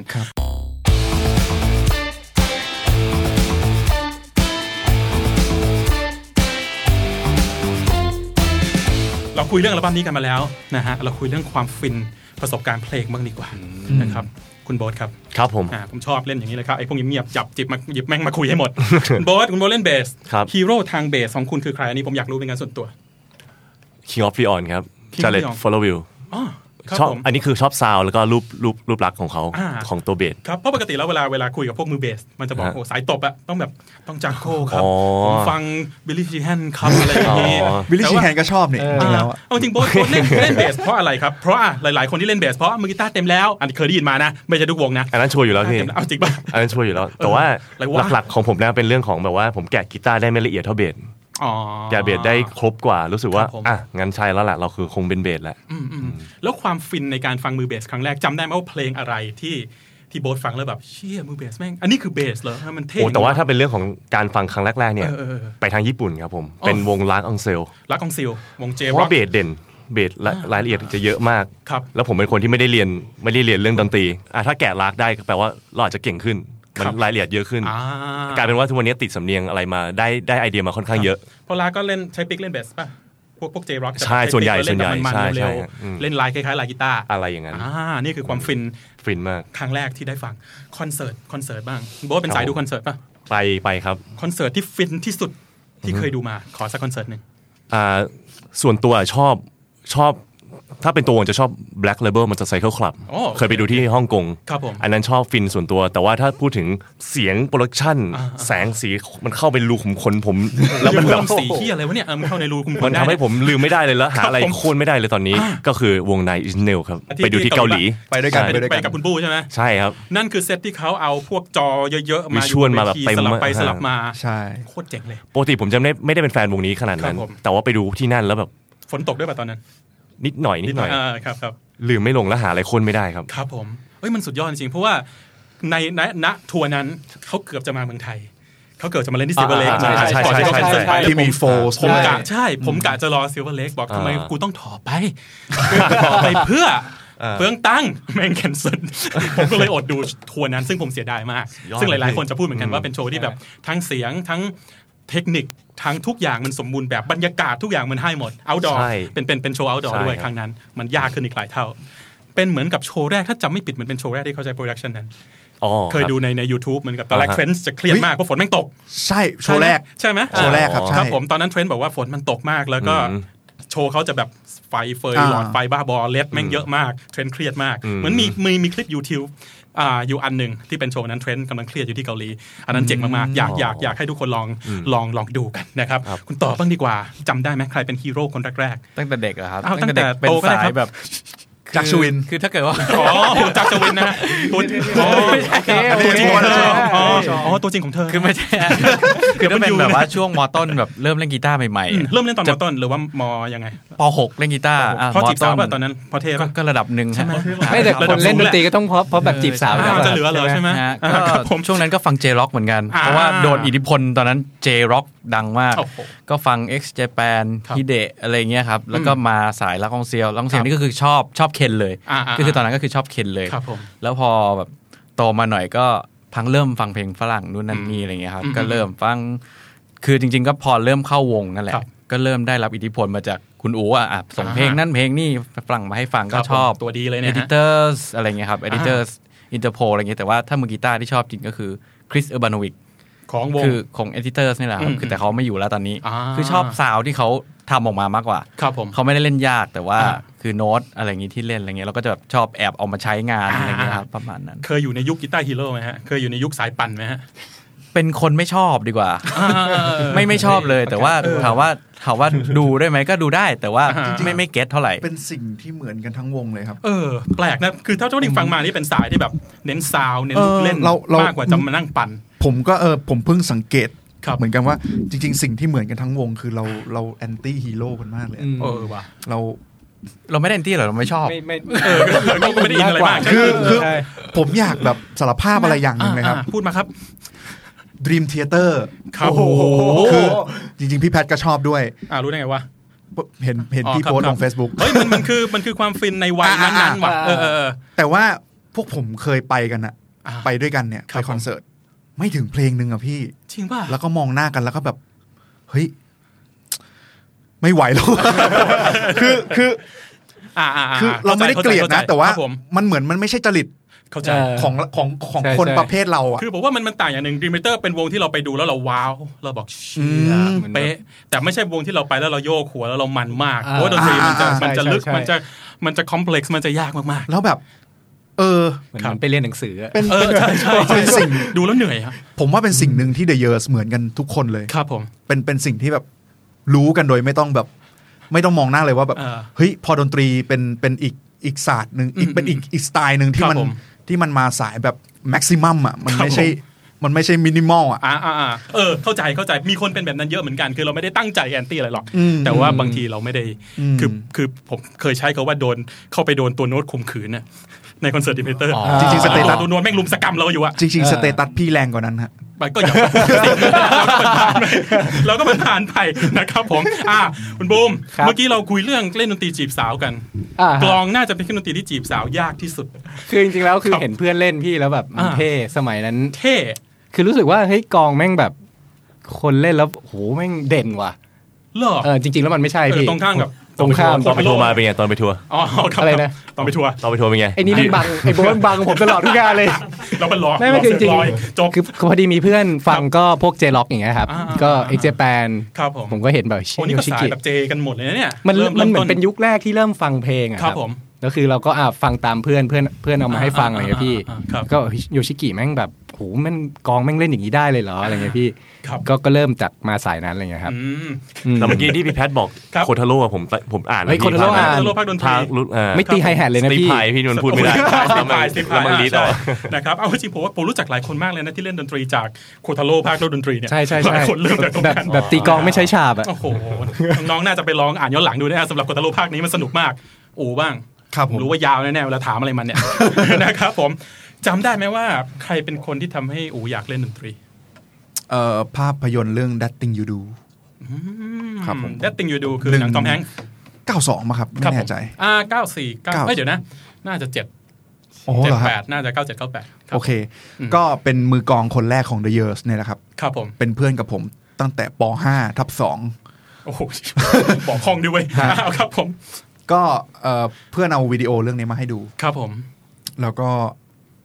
เราคุยเรื่องอัลบั้มนี้กันมาแล้วนะฮะเราคุยเรื่องความฟินประสบการณ์เพลงบ้างดีกว่านะครับคุณโบ๊ทครับครับผมชอบเล่นอย่างนี้เลยครับไอ้พวกเงียบๆจับจิบมาหยิบแม่งมาคุยให้หมดคุณโบ๊ทเล่นเบสฮีโร่ทางเบสของคุณคือใครอันนี้ผมอยากรู้เป็นการส่วนตัว King of Leon ครับ Jared Followill ชอบอันนี้คือชอบซาวแล้วก็รูปลักษณ์ของเขาของตัวเบสครับเพราะปกติแล้วเวลาคุยกับพวกมือเบสมันจะบอกโอ้สายตบอะต้องจากโคครับผมฟังบิลลี่ชีแฮนครับอะไรอย่างงี้บิลลี่ชีแฮนก็ชอบนี่จริงแล้วเอาจริงโบ๊ทเล่นเบสเพราะอะไรครับเพราะหลายๆคนที่เล่นเบสเพราะมือกีตาร์เต็มแล้วอันนี้เคยได้ยินมานะไม่ใช่ทุกวงนะอันนั้นชัวร์อยู่แล้วพี่เอาจริงป่ะอันนั้นชัวร์อยู่แล้วแต่ว่าหลักๆของผมนะเป็นเรื่องของแบบว่าผมแกะกีตาร์ได้ไม่ละเอียดเท่าเบสแกะเบสได้ครบกว่ารู้สึกว่างั้นใช่แล้วแหละเราคือคงเป็นเบสแหละแล้วความฟินในการฟังมือเบสครั้งแรกจำได้ไหมว่าเพลงอะไรที่โบ๊ทฟังแล้วแบบเชี่ยมือเบสแม่งอันนี้คือเบสเหรอมันเท่แต่ว่าถ้าเป็นเรื่องของการฟังครั้งแรกๆเนี่ยไปทางญี่ปุ่นครับผมเป็นวงลักอองเซลวงเจเพราะเบสเด่นเบสรายละเอียดจะเยอะมากแล้วผมเป็นคนที่ไม่ได้เรียนเรื่องดนตรีถ้าแกะลักได้แปลว่าเราอาจจะเก่งขึ้นมันรายละเอียดเยอะขึ้นกลายเป็นว่าทุกวันนี้ติดสำเนียงอะไรมาได้ไอเดียมาค่อนข้างเยอะพอลาก็ใช้ปิกเล่นเบสป่ะพวกเจร็อกใช่ส่วนใหญ่ใช่เล่นไลน์คล้ายๆไลน์กีตาร์อะไรอย่างนั้นนี่คือความฟินมากครั้งแรกที่ได้ฟังคอนเสิร์ตบ้างโบ๊ทเป็นสายดูคอนเสิร์ตป่ะไปครับคอนเสิร์ตที่ฟินที่สุดที่เคยดูมาขอสักคอนเสิร์ตนึงส่วนตัวชอบถ้าเป็นตัววงจะชอบ Black Label มันจะ Cycle Club เคยไปดูที่ฮ่องกงอันนั้นชอบฟินส่วนตัวแต่ว่าถ้าพูดถึงเสียงโปรดักชั่นแสงสีมันเข้าไปรูขุมขนผมแล้วมันแบบสีที่อะไรวะเนี่ยมันเข้าในรูขุมขนมันทำให้ผมลืมไม่ได้เลยแล้วหาอะไรโค่นไม่ได้เลยตอนนี้ก็คือวง Nine Inch Nails ครับไปดูที่เกาหลีไปด้วยกันไปกับคุณปู้ใช่ไหมใช่ครับนั่นคือเซตที่เขาเอาพวกจอเยอะๆมาแบบสลับไปสลับมาใช่โคตรเจ๋งเลยปกติผมจะไม่ได้เป็นแฟนวงนี้ขนาดนั้นแต่ว่าไปดูที่นั่นแล้วแบบฝนตกด้วยป่ะตอนนั้นนิดหน่อยครับลืมไม่ลงแล้วหาอะไรคนไม่ได้ครับครับผมมันสุดยอดจริงเพราะว่าในทัวร์นั้นเขาเกือบจะมาเมืองไทยเขาเกือบจะมาเล่นที่ซิลเวอร์เลคก่อนที่เขาแคนเซิลไปที่มีโฟร์ผมกะจะรอซิลเวอร์เลคบอกทำไมกูต้องถอไปเพื่อเปลืองตังค์แม่งแคนเซิลผมก็เลยอดดูทัวร์นั้นซึ่งผมเสียดายมากซึ่งหลายๆคนจะพูดเหมือนกันว่าเป็นโชว์ที่แบบทั้งเสียงทั้งเทคนิคทั้งทุกอย่างมันสมบูรณ์แบบบรรยากาศทุกอย่างมันให้หมด outdoor เป็นโชว์ outdoor ด้วยครั้งนั้นมันยากขึ้นอีกหลายเท่าเป็นเหมือนกับโชว์แรกถ้าจำไม่ผิดเหมือนเป็นโชว์แรกที่เขาใช้โปรดักชันนั้นเคยดูใน YouTube เหมือนกับตอนแรกเทรนด์จะเครียดมากเพราะฝนแม่งตกใช่โชว์แรกใช่ไหมโชว์แรกครับครับผมตอนนั้นเทรนด์บอกว่าฝนมันตกมากแล้วก็โชว์เขาจะแบบไฟเฟยหลอดไฟบ้าบอเล็ดแม่งเยอะมากเทรนด์เครียดมากเหมือนมีคลิป YouTubeอยู่อันหนึ่งที่เป็นโชว์นั้นเทรนด์กำลังเครียดอยู่ที่เกาหลีอันนั้นเจ๋งมากๆอยากให้ทุกคนลองดูกันนะครับคุณต่อบ้างดีกว่าจำได้ไหมใครเป็นฮีโร่คนแรกๆตั้งแต่เด็กเหรอครับตั้งแต่โตก็ได้ครับแบบจักรชวินคือถ้าเกิดว่าจักรชวินนะตัวจริงตัวจริงของเธอคือไม่ใช่คือถ้าเป็นแบบว่าช่วงม.ต้นแบบเริ่มเล่นกีตาร์ใหม่ๆเริ่มเล่นตอนม.ต้นหรือว่าม.ยังไงป.6 เล่นกีตาร์พอจีบสาวตอนนั้นพอเทก็ระดับนึงใช่มั้ยไม่แต่คนเล่นดนตรีก็ต้องเพราะแบบจีบสาวจะเหลือเลยใช่มั้ยก็ช่วงนั้นก็ฟัง J-Rock เหมือนกันเพราะว่าโดนอิทธิพลตอนนั้น J-Rock ดังมากก็ฟัง X Japan ฮิเดะอะไรเงี้ยครับแล้วก็มาสายลักองเซียวนี่ก็คือชอบเคนเลยก็คือตอนนั้นก็คือชอบเคนเลยแล้วพอแบบโตมาหน่อยก็เริ่มฟังเพลงฝรั่งนู่นนั่นนี่อะไรเงี้ยครับก็เริ่มฟังคือจริงๆก็พอเริ่มเข้าวงนั่นแหละก็เริ่มได้รับอิทธิพลมาจากคุณอู๋ส่งเพลงนั่นเพลงนี่ฝรั่งมาให้ฟังก็ชอบตัวดีเลยเนี่ย Editors อะไรเงี้ยครับ Editors Interpol อะไรเงี้ยแต่ว่าถ้ามือกีตาร์ที่ชอบจริงก็คือคริส เออร์บานวิกของวงคือของ Editors นี่แหละครับคือแต่เขาไม่อยู่แล้วตอนนี้คือชอบซาวด์ที่เขาทำออกมามากกว่าเขาไม่ได้เล่นยากแต่ว่าคือโน้ตอะไรอย่างงี้ที่เล่นอะไรเงี้ยเราก็จะแบบชอบแอบเอามาใช้งานอะไรเงี้ยครับประมาณนั้นเคยอยู่ในยุคกีตาร์ฮีโร่ไหมฮะเคยอยู่ในยุคสายปั่นไหมฮะเป็นคนไม่ชอบดีกว่าไม่ชอบเลยแต่ว่าถามว่าดูได้ไหมก็ดูได้แต่ว่าไม่เก็ตเท่าไหร่เป็นสิ่งที่เหมือนกันทั้งวงเลยครับแปลกนะคือถ้าเจ้าหนิงฟังมานี่เป็นสายที่แบบเน้นซาวเน้นลูกเล่นมากกว่าจะมานั่งปั่นผมก็ผมเพิ่งสังเกตเหมือนกันว่าจริงๆสิ่งที่เหมือนกันทั้งวงคือเราแอนตี้ฮีโร่กันมากเลยว่ะเราไม่ได้แอนตี้หรอกเราไม่ชอบเราก็ไม่ได้อินอะไรมากคือผมอยากแบบสารภาพอะไรอย่างนึงนะครับพูดมาครับ Dream Theater ครับคือจริงๆพี่แพทก็ชอบด้วยรู้ได้ไงวะเห็นพี่โพสต์ลง Facebook เฮ้ยมันคือความฟินในวัยนั้นๆว่ะแต่ว่าพวกผมเคยไปกันอะไปด้วยกันเนี่ยไปคอนเสิร์ตไม่ถึงเพลงนึงอะพี่จริงป่ะแล้วก็มองหน้ากันแล้วก็แบบเฮ้ยไม่ไหวแล้วคือเราไม่ได้เกลียดนะแต่ว่ามันเหมือนมันไม่ใช่จริตของคนประเภทเราอ่ะคือผมว่ามันต่างอย่างหนึ่ง Dream Theater เป็นวงที่เราไปดูแล้วเราว้าวเราบอกเชี่ยเป๊ะแต่ไม่ใช่วงที่เราไปแล้วเราโยกหัวแล้วเรามันมากเพราะดนตรีมันจะลึกมันจะคอมเพล็กซ์มันจะยากมากๆแล้วแบบเหมือนไปเรียนหนังสือเป็นสิ่งดูแล้วเหนื่อยครับผมว่าเป็นสิ่งหนึ่งที่ The Years เหมือนกันทุกคนเลยครับผมเป็นสิ่งที่แบบรู้กันโดยไม่ต้องมองหน้าเลยว่าแบบเฮ้ยพอดนตรีเป็นอีกศาสตร์นึงเป็นอีกสไตล์นึงที่มันมาสายแบบแม็กซิมัมอ่ะมันไม่ใช่มินิมอลอ่ะเข้าใจมีคนเป็นแบบนั้นเยอะเหมือนกันคือเราไม่ได้ตั้งใจแอนตี้อะไรหรอกแต่ว่าบางทีเราไม่ได้คือผมเคยใช้คำว่าเข้าไปโดนตัวโน้ตข่มขืนน่ะในคอนเสิร์ต Dream Theater จริงๆสเตตัสตัวโน้ตแม่งลุมสกรรมเราอยู่อะจริงๆสเตตัสพี่แรงกว่านั้นฮะก็อย่าเราก็ผ่านไปนะครับผมคุณบูมเมื่อกี้เราคุยเรื่องเล่นดนตรีจีบสาวกันกลองน่าจะเป็นเครื่องดนตรีที่จีบสาวยากที่สุดคือจริงๆแล้วคือเห็นเพื่อนเล่นพี่แล้วแบบเท่สมัยนั้นเท่คือรู้สึกว่าเฮ้ยกลองแม่งแบบคนเล่นแล้วโหแม่งเด่นว่ะจริงๆแล้วมันไม่ใช่พี่ตรงข้ามกับตรงข้ามตอนไปทัวร์มาเป็นไงตอนไปทัวร์อะไรนะตอนไปทัวร์เป็นไงไอ้นี่มันบังไอ้โบ๊ทบังผมตลอดทุกงานเลยเราเป็นล้อไม่จริงๆคือพอดีมีเพื่อนฟังก็พวก J-Rock อย่างเงี้ยครับก็ X Japan ผมก็เห็นแบบโนี่ก็สายแบบเจกันหมดเลยนะเนี่ยมันเหมือนเป็นยุคแรกที่เริ่มฟังเพลงครับผมแล้วคือเราก็ฟังตามเพื่อนเอามาให้ฟังอะไรเงี้ยพี่ก็โยชิกิแม่งแบบโหแม่งกองแม่งเล่นอย่างนี้ได้เลยเหรออะไรเงี้ยพี่ก็เริ่มจากมาสายนั้นอะไรเงี้ยครับแต่เมื่อกี้ที่พี่แพทบอกโคทาโร่ผมอ่านโคทาโร่ภาคดนตรีไม่ตีไฮแฮทเลยนะพี่นวลพูดไม่ได้แล้วมันลีดนะครับเอาจริงผมรู้จักหลายคนมากเลยนะที่เล่นดนตรีจากโคทาโร่ภาคดนตรีเนี่ยใช่หลายคนเริ่มจากแบบตีกลองไม่ใช้ฉาบอ่ะโอ้โหน้องน่าจะไปลองอ่านย้อนหลังดูนะสำหรับโคทาโร่ภาคนี้มันสนุกมากบ้างรู้ว่ายาวแน่ๆเวลาถามอะไรมันเนี่ยนะครับผมจำได้ไหมว่าใครเป็นคนที่ทำให้อยากเล่นดนตรีภาพยนตร์เรื่อง That Thing You Do ครับผม That Thing You Do คือหนังทอมแฮงค์ 92มาครับไม่แน่ใจ 94เดี๋ยวนะน่าจะ78น่าจะ9798 โอเคก็เป็นมือกลองคนแรกของ The Years เนี่ยแหละครับครับผมเป็นเพื่อนกับผมตั้งแต่ป.5/2 โอ้โหบอกคล่องด้วยครับผมก็เพื่อนเอาวิดีโอเรื่องนี้มาให้ดูครับผมแล้วก็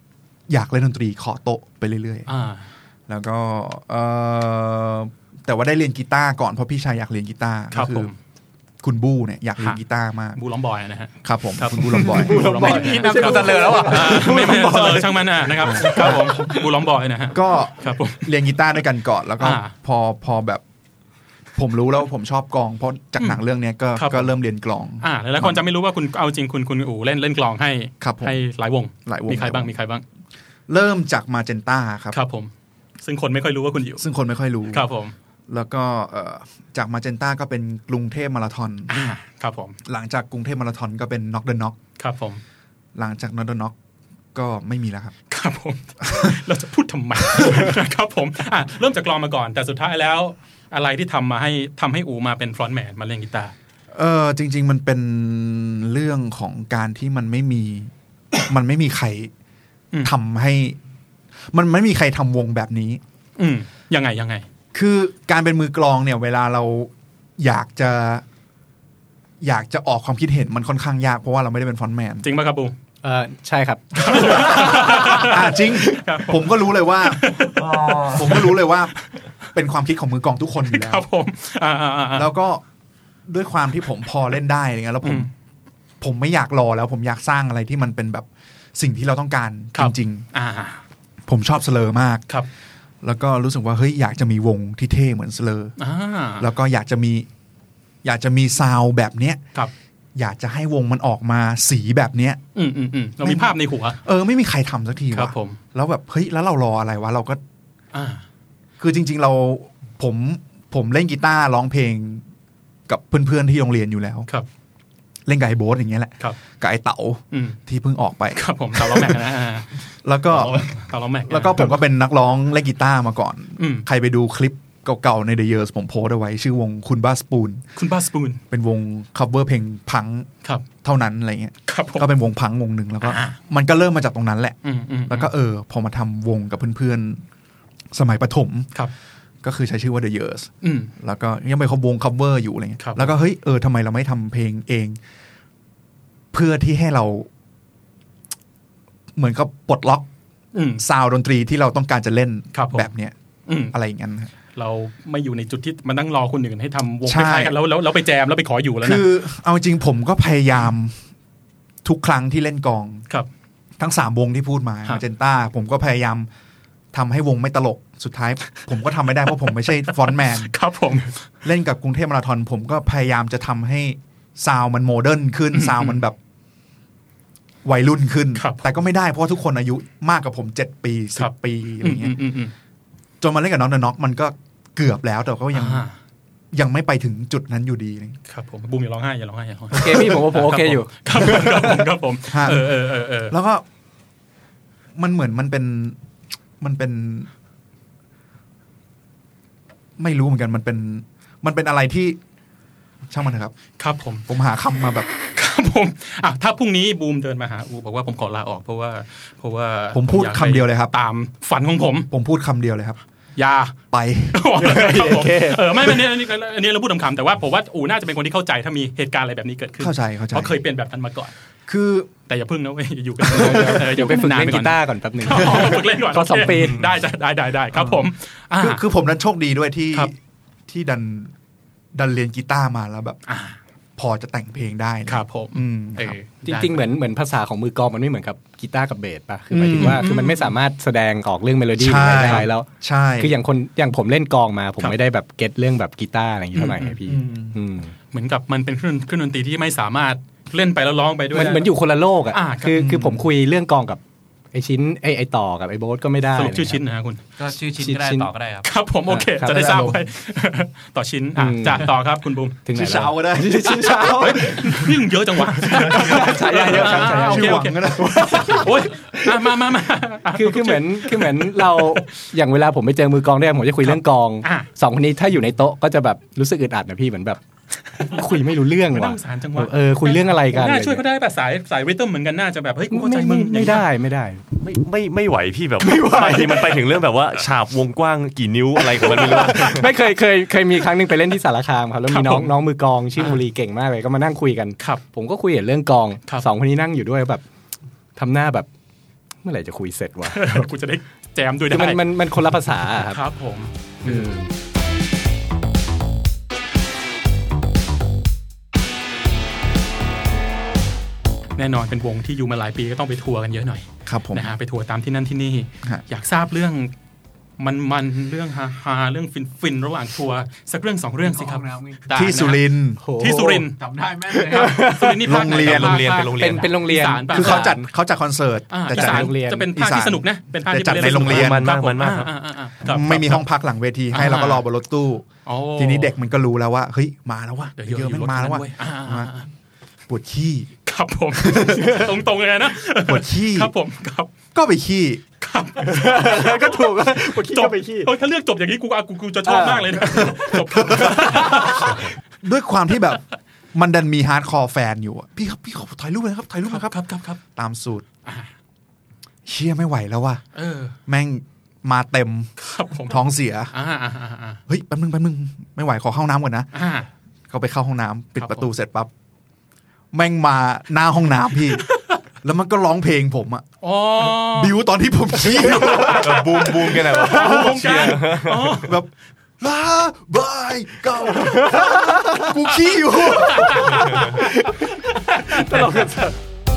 อยากเล่นดนตรีเคาะโต๊ะไปเรื่อยๆแล้วก็แต่ว่าได้เรียนกีตาร์ก่อนเพราะพี่ชายอยากเรียนกีตาร์ก็คือคุณบูเนี่ยอยากเรียนกีตาร์มากบูล้อมบอยนะฮะครับผมคุณบูล้อมบอยไม่ใช่กูตันเลยแล้วอ่ะไม่ช่างมันนะครับครับผมบูล้อมบอยนะฮะก็เรียนกีตาร์ด้วยกันก่อนแล้วก็พอแบบผมรู้แล้วผมชอบกลองเพราะจากหนังเรื่องนี้ก็เริ่มเรียนกลองหลายคนจะไม่รู้ว่าคุณเอาจริงคุณอู๋เล่นกลองให้หลายวงมีใครบ้างเริ่มจากมาเจนต้าครับครับผมซึ่งคนไม่ค่อยรู้ว่าคุณอยู่ซึ่งคนไม่ค่อยรู้ครับผมแล้วก็จากมาเจนต้าก็เป็นกรุงเทพมาราธอนครับผมหลังจากกรุงเทพมาราธอนก็เป็นน็อกเดอะน็อกครับผมหลังจากน็อกเดอะน็อกก็ไม่มีแล้วครับครับผมเราจะพูดทำไมครับผมเริ่มจากกลองมาก่อนแต่สุดท้ายแล้วอะไรที่ทำให้อูมาเป็นฟรอนต์แมนมาเล่นกีตาร์จริงๆมันเป็นเรื่องของการที่มันไม่มีใครทำให้มันไม่มีใครทำวงแบบนี้ยังไงคือการเป็นมือกลองเนี่ยเวลาเราอยากจะออกความคิดเห็นมันค่อนข้างยากเพราะว่าเราไม่ได้เป็นฟรอนต์แมนจริงป่ะครับบูใช่ครับจริงผมก็รู้เลยว่าเป็นความคิดของมือกลองทุกคนอยู่แล้วครับผมแล้วก็ด้วยความที่ผมพอเล่นได้อะไรเงี้ยแล้วผมไม่อยากรอแล้วผมอยากสร้างอะไรที่มันเป็นแบบสิ่งที่เราต้องการจริงๆผมชอบสเลอร์มากครับแล้วก็รู้สึกว่าเฮ้ยอยากจะมีวงที่เท่เหมือนสเลอร์แล้วก็อยากจะมีซาวด์แบบเนี้ยอยากจะให้วงมันออกมาสีแบบเนี้ยเรามีภาพในหัวไม่มีใครทำสักทีวะแล้วแบบเฮ้ยแล้วเรารออะไรวะเราก็คือจริงๆผมเล่นกีตาร์ร้องเพลงกับเพื่อนๆที่โรงเรียนอยู่แล้วเล่นกับไอ้โบ๊ทอย่างเงี้ยแหละกับไอ้เต๋าที่เพิ่งออกไปครับผมเต๋าร้องแม็กนะแล้วก็เต๋าร้องแม็กแล้วก็ผมก็เป็นนักร้องเล่นกีตาร์มาก่อนใครไปดูคลิปเก่าๆใน The Years ผมโพสเอาไว้ชื่อวงคุณบ้าสปูนเป็นวง cover เพลงพังเท่านั้นอะไรเงี้ยก็เป็นวงพังวงหนึ่งแล้วก็มันก็เริ่มมาจากตรงนั้นแหละแล้วก็พอมาทำวงกับเพื่อนๆสมัยประถมก็คือใช้ชื่อว่า The Years แล้วก็ยังเป็นวง cover อยู่อะไรเงี้ยแล้วก็เฮ้ยทำไมเราไม่ทำเพลงเองเพื่อที่ให้เราเหมือนกับปลดล็อกซาวด์ดนตรีที่เราต้องการจะเล่นแบบเนี้ยอะไรอย่างนั้นเราไม่อยู่ในจุดที่มานั่งรอคนอื่นให้ทำวงคล้ายๆกันแล้วไปแจมแล้วไปขออยู่แล้วนะคือเอาจริงผมก็พยายามทุกครั้งที่เล่นกลองทั้ง3วงที่พูดมาเจนต้าผมก็พยายามทำให้วงไม่ตลกสุดท้ายผมก็ทำไม่ได้เพราะผมไม่ใช่ฟรอนต์แมนครับผมเล่นกับกรุงเทพมาราธอนผมก็พยายามจะทำให้ซาวมันโมเดิร์นขึ้นซาวมันแบบวัยรุ่นขึ้นแต่ก็ไม่ได้เพราะทุกคนอายุมากกว่าผม7 ปี10 ปีอะไรเงี้ยจนมาเล่นกับน็อกเดอะน็อกมันก็เกือบแล้วแต่ก็ยังไม่ไปถึงจุดนั้นอยู่ดีครับผมบูมอย่าร้องไห้โอเคพี่ผมโอเคอยู่ครับผมแล้วก็มันเหมือนมันเป็นไม่รู้เหมือนกันมันเป็นอะไรที่ช่างมันเถอะครับครับผมหาคำมาแบบครับผมถ้าพรุ่งนี้บูมเดินมาหาอูบอกว่าผมขอลาออกเพราะว่าผมพูดคำเดียวเลยครับตามฝันของผมพูดคำเดียวเลยครับอย่าไปไม่อันนี้เราพูดคำแต่ว่าผมว่าอูน่าจะเป็นคนที่เข้าใจถ้ามีเหตุการณ์อะไรแบบนี้เกิดขึ้นเข้าใจเพราะเคยเป็นแบบนั้นมาก่อนคือแต่อย่าพึ่งนะเว้ยอยู่กันเดี๋ยวไปฝึกเล่นกีตาร์ก่อนแป๊บนึงฝึกเล่นก่อนก็2 ปีได้ครับผมคือผมนั้นโชคดีด้วยที่ดันเรียนกีตาร์มาแล้วแบบพอจะแต่งเพลงได้ครับผมจริงๆเหมือนภาษาของมือกลองมันไม่เหมือนกับกีตาร์กับเบสป่ะคือหมายถึงว่าคือมันไม่สามารถแสดงออกเรื่องเมโลดี้ได้แล้วใช่คืออย่างผมเล่นกลองมาผมไม่ได้แบบเก็ตเรื่องแบบกีตาร์อะไรอย่างนี้เท่าไหร่พี่เหมือนกับมันเป็นเครื่องดนตรีที่ไม่สามารถเล่นไปแล้วร้องไปด้วยเหมือนอยู่คนละโลกอ่ะคือผมคุยเรื่องกลองกับไอชิ้นไอต่อกับไอโบ๊ทก็ไม่ได้สรุปชื่อชิ้นนะคุณก็ชื่อชิ้นก็ได้ต่อก็ได้ครับครับผมโอเคจะได้ทราบไว้ต่อชิ้นจะต่อครับคุณบูมถึงไหนเช้าก็ได้ชิ้นเช้าพี่เยอะจังวะฉายาเยอะครับชื่อหวังก็ได้โอ้ยมาคือเหมือนเราอย่างเวลาผมไปเจอมือกลองเนี่ยผมจะคุยเรื่องกลอง2คนนี้ถ้าอยู่ในโต๊ะก็จะแบบรู้สึกอึดอัดนะพี่เหมือนแบบคุยไม่รู้เรื่องว่ะคุยเรื่องอะไรกันน่าช่วยเขาได้แบบสายริทึมเหมือนกันน่าจะแบบเฮ้ยกูเข้าใจมึงไม่ได้ไม่ไหวพี่แบบบางทีมันไปถึงเรื่องแบบว่าฉาบวงกว้างกี่นิ้วอะไรของมันไม่รู้ไม่เคยมีครั้งนึงไปเล่นที่สารคามครับแล้วมีน้องมือกลองชื่อมูรีเก่งมากเลยก็มานั่งคุยกันผมก็คุยเรื่องกลอง2คนนี้นั่งอยู่ด้วยแบบทำหน้าแบบมื่อไหร่จะคุยเสร็จวะกูจะได้แจมด้วยได้มันคนละภาษาครับครับผมแน่นอนเป็นวงที่อยู่มาหลายปีก็ต้องไปทัวร์กันเยอะหน่อยครับผมนะฮะไปทัวร์ตามที่นั่นที่นี่อยากทราบเรื่องมันเรื่องฮาเรื่องฟินระหว่างทัวร์สักเรื่อง2เรื่องสิครับที่สุรินทร์จำได้แม่เลยครับสุรินทร์นี่ภาคไหนเป็นโรงเรียนคือเขาจัดคอนเสิร์ตแต่จัดในโรงเรียนจะเป็นภาคที่สนุกนะเป็นภาคที่จัดในโรงเรียนมันมากไม่มีห้องพักหลังเวทีให้เราก็รอบนรถตู้ทีนี้เด็กมันก็รู้แล้วว่าเฮ้ยมาแล้วว่ะเยอะมันมาแล้วว่ะปวดขี้ครับผมตรงๆเลยนะปวดขี้ครับผมครับก็ไปขี้ครับก็ถูกปวดขี้ก็ไปขี้ถ้าเลือกจบอย่างนี้กูจะชอบมากเลยนะจบด้วยความที่แบบมันดันมีฮาร์ดคอร์แฟนอยู่พี่ขอถ่ายรูปเลยครับถ่ายรูปนะครับครับตามสูตรเชี่ยไม่ไหวแล้วว่ะแม่งมาเต็มท้องเสียเฮ้ยแป๊บนึงไม่ไหวขอเข้าห้องน้ำก่อนนะเขาไปเข้าห้องน้ำปิดประตูเสร็จปั๊บแม่งมาหน้าห้องน้ำพี่แล้วมันก็ร้องเพลงผมอ่ะบิวตอนที่ผมชี้บูมกันแหละบูมกันแบบลาบายเก่ากูขี้อยู่ตลกจัด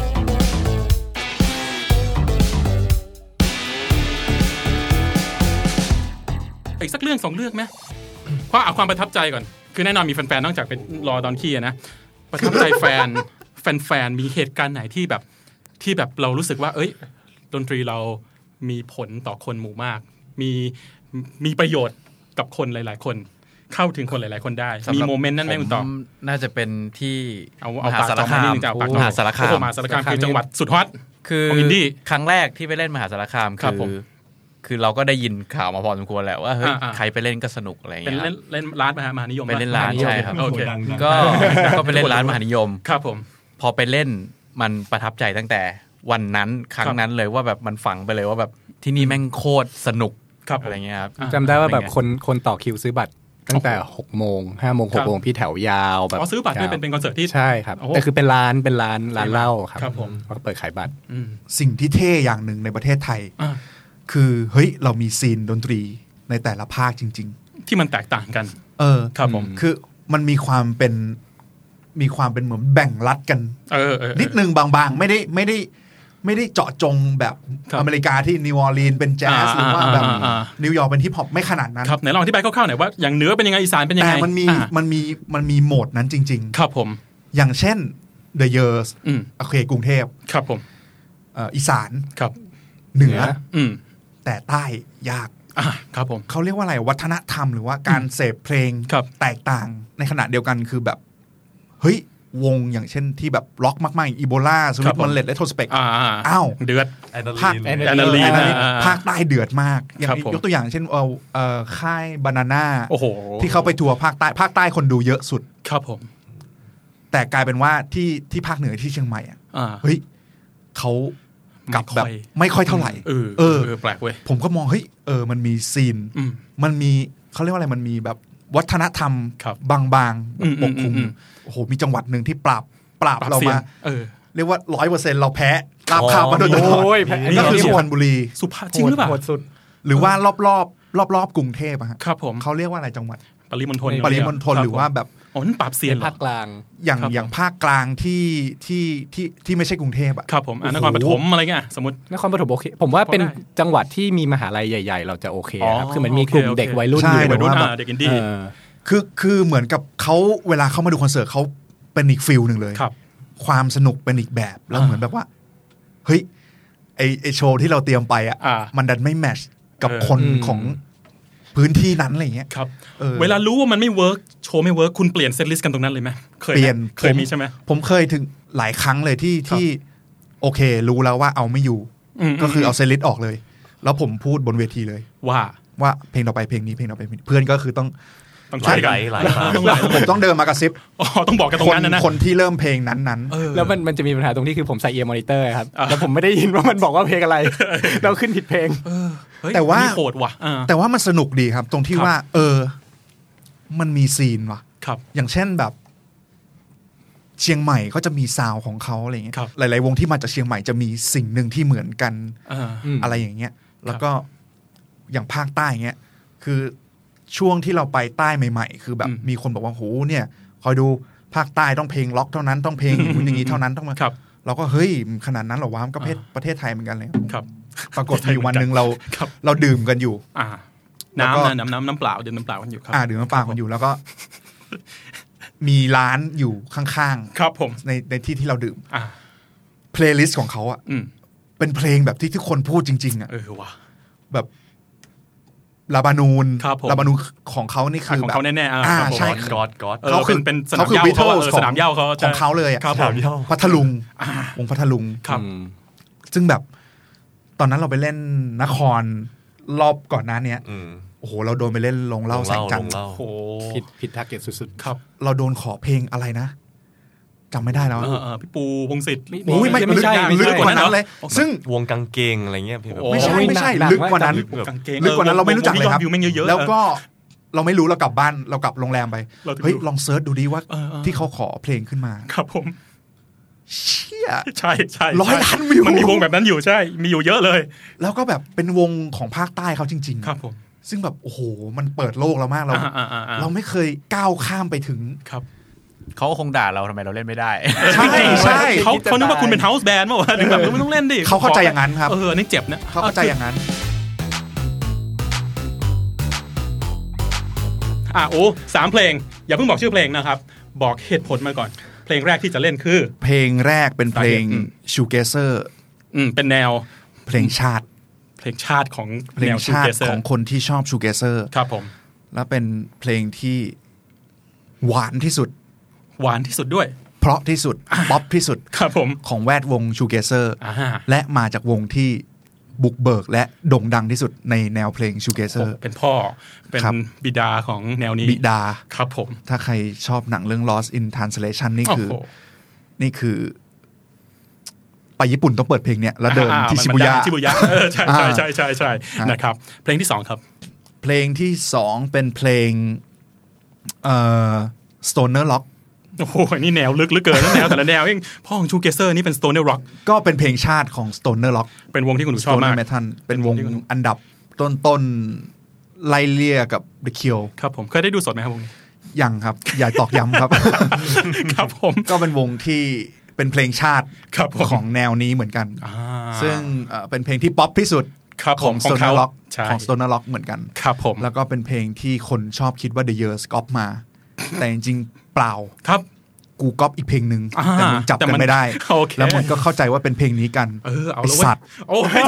อีกสักเรื่อง2เรื่องไหมเพราะเอาความประทับใจก่อนคือแน่นอนมีแฟนๆนอกจากเป็นรอตอนขี้นะประทับใจแฟนมีเหตุการณ์ไหนที่แบบเรารู้สึกว่าเอ้ยดนตรีเรามีผลต่อคนหมู่มากมีประโยชน์กับคนหลายๆคนเข้าถึงคนหลายๆคนได้มีโมเมนต์นั้นไหมคุณต่อน่าจะเป็นที่มหาสารคามมหาสารคามคือจังหวัดสุดฮอตคือครั้งแรกที่ไปเล่นมหาสารคามคือเราก็ได้ยินข่าวมาพอสมควรแหละว่าเฮ้ยใครไปเล่นก็สนุกอะไรอย่างเงี้ยเป็นเล่นร้านมหานิยมไปเล่นร้านใช่ครับก็ไปเล่นร้านมหานิยมครับผมพอไปเล่นมันประทับใจตั้งแต่วันนั้นครั้งนั้นเลยว่าแบบมันฝังไปเลยว่าแบบที่นี่แม่งโคตรสนุกอะไรเงี้ยครับจำได้ว่าแบบคนต่อคิวซื้อบัตรตั้งแต่6 โมง 5 โมง 6 โมงพี่แถวยาวแบบซื้อบัตรด้วยเป็นคอนเสิร์ตที่ใช่ครับแต่คือเป็นร้านเหล้าครับผมก็เปิดขายบัตรสิ่งที่เท่อย่างหนึ่งในประเทศไทยคือเฮ้ยเรามีซีนดนตรีในแต่ละภาคจริงๆที่มันแตกต่างกันครับผมคือมันมีความเป็นเหมือนแบ่งรัดกันนิดนึงบางๆไม่ได้เจาะจงแบบอเมริกาที่นิวออร์ลีนเป็นแจ๊สหรือว่าแบบนิวยอร์กเป็นฮิปฮอปไม่ขนาดนั้นครับไหนลองอธิบายคร่าวๆหน่อยว่าอย่างเหนือเป็นยังไงอีสานเป็นยังไงแต่มันมีโหมดนั้นจริงๆครับผมอย่างเช่น The Years โอเคกรุงเทพครับผมอีสานครับเหนือแต่ใต้ยากครับผมเขาเรียกว่าอะไรวัฒนธรรมหรือว่าการเสพเพลงแตกต่างในขณะเดียวกันคือแบบเฮ้ยวงอย่างเช่นที่แบบล็อกมากๆอีโบลาสวิตมันเลดและโทสเปกอ้าวเดือดภาคภาคใต้เดือดมากยกตัวอย่างเช่นค่ายบานาน่าที่เขาไปทัวร์ภาคใต้คนดูเยอะสุดครับผมแต่กลายเป็นว่าที่ภาคเหนือที่เชียงใหม่เฮ้ยเขากับแบบไม่ค่อยเท่าไหร่แปลกเว้ยผมก็มองเฮ้ยมันมีซีนมันมีเขาเรียกว่าอะไรมันมีแบบวัฒนธรรมบางๆปกคลุมโอ้โหมีจังหวัดหนึ่งที่ปราบเรามาเรียกว่า 100% เราแพ้ราบคามาโดยตลอดนี่คือสุพรรณบุรีสุพรรณจริงหรือเปล่าหรือว่ารอบกรุงเทพอะครับผมเขาเรียกว่าอะไรจังหวัดปริมณฑลหรือว่าแบบนั่นปราบเซียนภาคกลางอย่างภาคกลางที่ไม่ใช่กรุงเทพอ่ะครับผมนครปฐมอะไรเงี้ยสมมตินครปฐมโอเคผมว่าเป็นจังหวัดที่มีมหาลัยใหญ่ๆเราจะโอเคครับคือมันมีกลุ่มเด็กวัยรุ่นอยู่วัยรุ่นเด็กอินดี้คือเหมือนกับเขาเวลาเขามาดูคอนเสิร์ตเขาเป็นอีกฟิลหนึ่งเลยความสนุกเป็นอีกแบบแล้วเหมือนแบบว่าเฮ้ยไอโชว์ที่เราเตรียมไปอ่ะมันดันไม่แมทช์กับคนของพื้นที่นั้นอะไรเงี้ยครับเวลารู้ว่ามันไม่เวิร์กโชว์ไม่เวิร์กคุณเปลี่ยนเซตลิสต์กันตรงนั้นเลยไหมเปลี่ยนเคยมีใช่ไหมผมเคยถึงหลายครั้งเลยที่โอเครู้แล้วว่าเอาไม่อยู่ก็คือเอาเซตลิสต์ออกเลยแล้วผมพูดบนเวทีเลยว่าเพลงต่อไปเพลงนี้เพลงต่อไปเพื่อนก็คือต้องหลายผมต้องเดินมากระซิบต้องบอกกันตรงนั้นนะคนที่เริ่มเพลงนั้นแล้วมันจะมีปัญหาตรงที่คือผมใส่เอียร์มอนิเตอร์ครับแล้วผมไม่ได้ยินว่ามันบอกว่าเพลงอะไรเราขึ้นผิดเพลงแต่ว่าโคตรว่ะแต่ว่ามันสนุกดีครับตรงที่ว่ามันมีซีนว่ะอย่างเช่นแบบเชียงใหม่ก็จะมีซาวของเขาอะไรเงี้ยหลายๆวงที่มาจากเชียงใหม่จะมีสิ่งหนึ่งที่เหมือนกันอะไรอย่างเงี้ยแล้วก็อย่างภาคใต้เงี้ยคือช่วงที่เราไปใต้ใหม่ๆคือแบบมีคนบอกว่าโหเนี่ยคอยดูภาคใต้ต้องเพลงล็อกเท่านั้นต้องเพลงอย่างนี้เท่านั้นต้องมาเราก็เฮ้ยขนาดนั้นเหรอวะก็ประเทศไทยเหมือนกันเลยครับปรากฏมีวันนึงเราดื่มกันอยู่น้ำเปล่าดื่มน้ำเปล่ากันอยู่ครับดื่มน้ำเปล่ากันอยู่แล้วก็มีร้านอยู่ข้างๆครับผมในที่เราดื่มเพลย์ลิสต์ของเขาอ่ะเป็นเพลงแบบที่ทุกคนพูดจริงๆอ่ะว่ะแบบลาบานูนของเขานี่คือของเขาแน่ๆใช่ก๊อดเขาคือเป็นสนามเหย้าสนามเหย้าเขาของเขาเลยอ่ะพัทลุงวงพัทลุงซึ่งแบบตอนนั้นเราไปเล่นนครรอบก่อนหน้านี้โอ้โหเราโดนไปเล่นโรงเหล้าแสงจันทร์โอ้โหผิดทาร์เก็ตสุดๆครับเราโดนขอเพลงอะไรนะจำไม่ได้แล้วพี่ปูพงศิษฐ์ไม่ใช่ลึกกว่านั้นเลยซึ่งวงกางเกงอะไรเงี้ยไม่ใช่ลึกกว่านั้นเราไม่รู้จักเลยครับแล้วก็เราไม่รู้เรากลับบ้านเรากลับโรงแรมไปเฮ้ยลองเซิร์ชดูดิว่าที่เขาขอเพลงขึ้นมาครับผมเชี่ยใช่ 100 ล้านวิวมันมีวงแบบนั้นอยู่ใช่มีอยู่เยอะเลยแล้วก็แบบเป็นวงของภาคใต้เขาจริงๆครับผมซึ่งแบบโอ้โหมันเปิดโลกเรามากเราไม่เคยก้าวข้ามไปถึงครับเขาคงด่าเราทำไมเราเล่นไม่ได้ใช่เขานึกว่าคุณเป็นเฮาส์แบนด์ป่าววะถึงแบบไม่ต้องเล่นดิเขาเข้าใจอย่างนั้นครับนี่เจ็บนะเขาเข้าใจอย่างนั้น 3เพลงอย่าเพิ่งบอกชื่อเพลงนะครับบอกเหตุผลมาก่อนเพลงแรกที่จะเล่นคือเพลงแรกเป็นเพลงชูเกเซอร์เป็นแนวเพลงชาติของแนวชูเกเซอร์ของคนที่ชอบชูเกเซอร์ครับผมแล้วเป็นเพลงที่หวานที่สุดด้วยเพราะที่สุดป๊อปที่สุดครับผมของแวดวงชูเกเซอร์และมาจากวงที่บุกเบิกและโด่งดังที่สุดในแนวเพลงชูเกเซอร์เป็นพ่อเป็นบิดาของแนวนี้บิดาครับผมถ้าใครชอบหนังเรื่อง Lost in Translation นี่คือไปญี่ปุ่นต้องเปิดเพลงเนี้ยแล้วเดินที่ชิบูย่าใช่นะครับเพลงที่2ครับเพลงที่2เป็นเพลงStoner Rock โอ้โหนี่แนวลึกเหลือเกินแนวแต่ละแนวเองพ่อของชูเกเซอร์นี่เป็น Stoner Rock ก็เป็นเพลงชาติของ Stoner Rock เป็นวงที่คุณชอบมากเป็นวงอันดับต้นไล่เลี่ยกับ The Cure ครับผมเคยได้ดูสดไหมครับวงนี้ยังครับอย่าตอกย้ำครับครับผมก็เป็นวงที่เป็นเพลงชาติของแนวนี้เหมือนกันซึ่งเป็นเพลงที่ป๊อปที่สุดของ Stoner Rock ของ Stoner Rock เหมือนกันครับผมแล้วก็เป็นเพลงที่คนชอบคิดว่า The Years ก๊อปมาแต่จริงๆเปล่าครับกูก๊อปอีกเพลงนึงแต่มึงจับกันไม่ได้แล้วมันก็เข้าใจว่าเป็นเพลงนี้กันเอาละสัตว์โอ้ย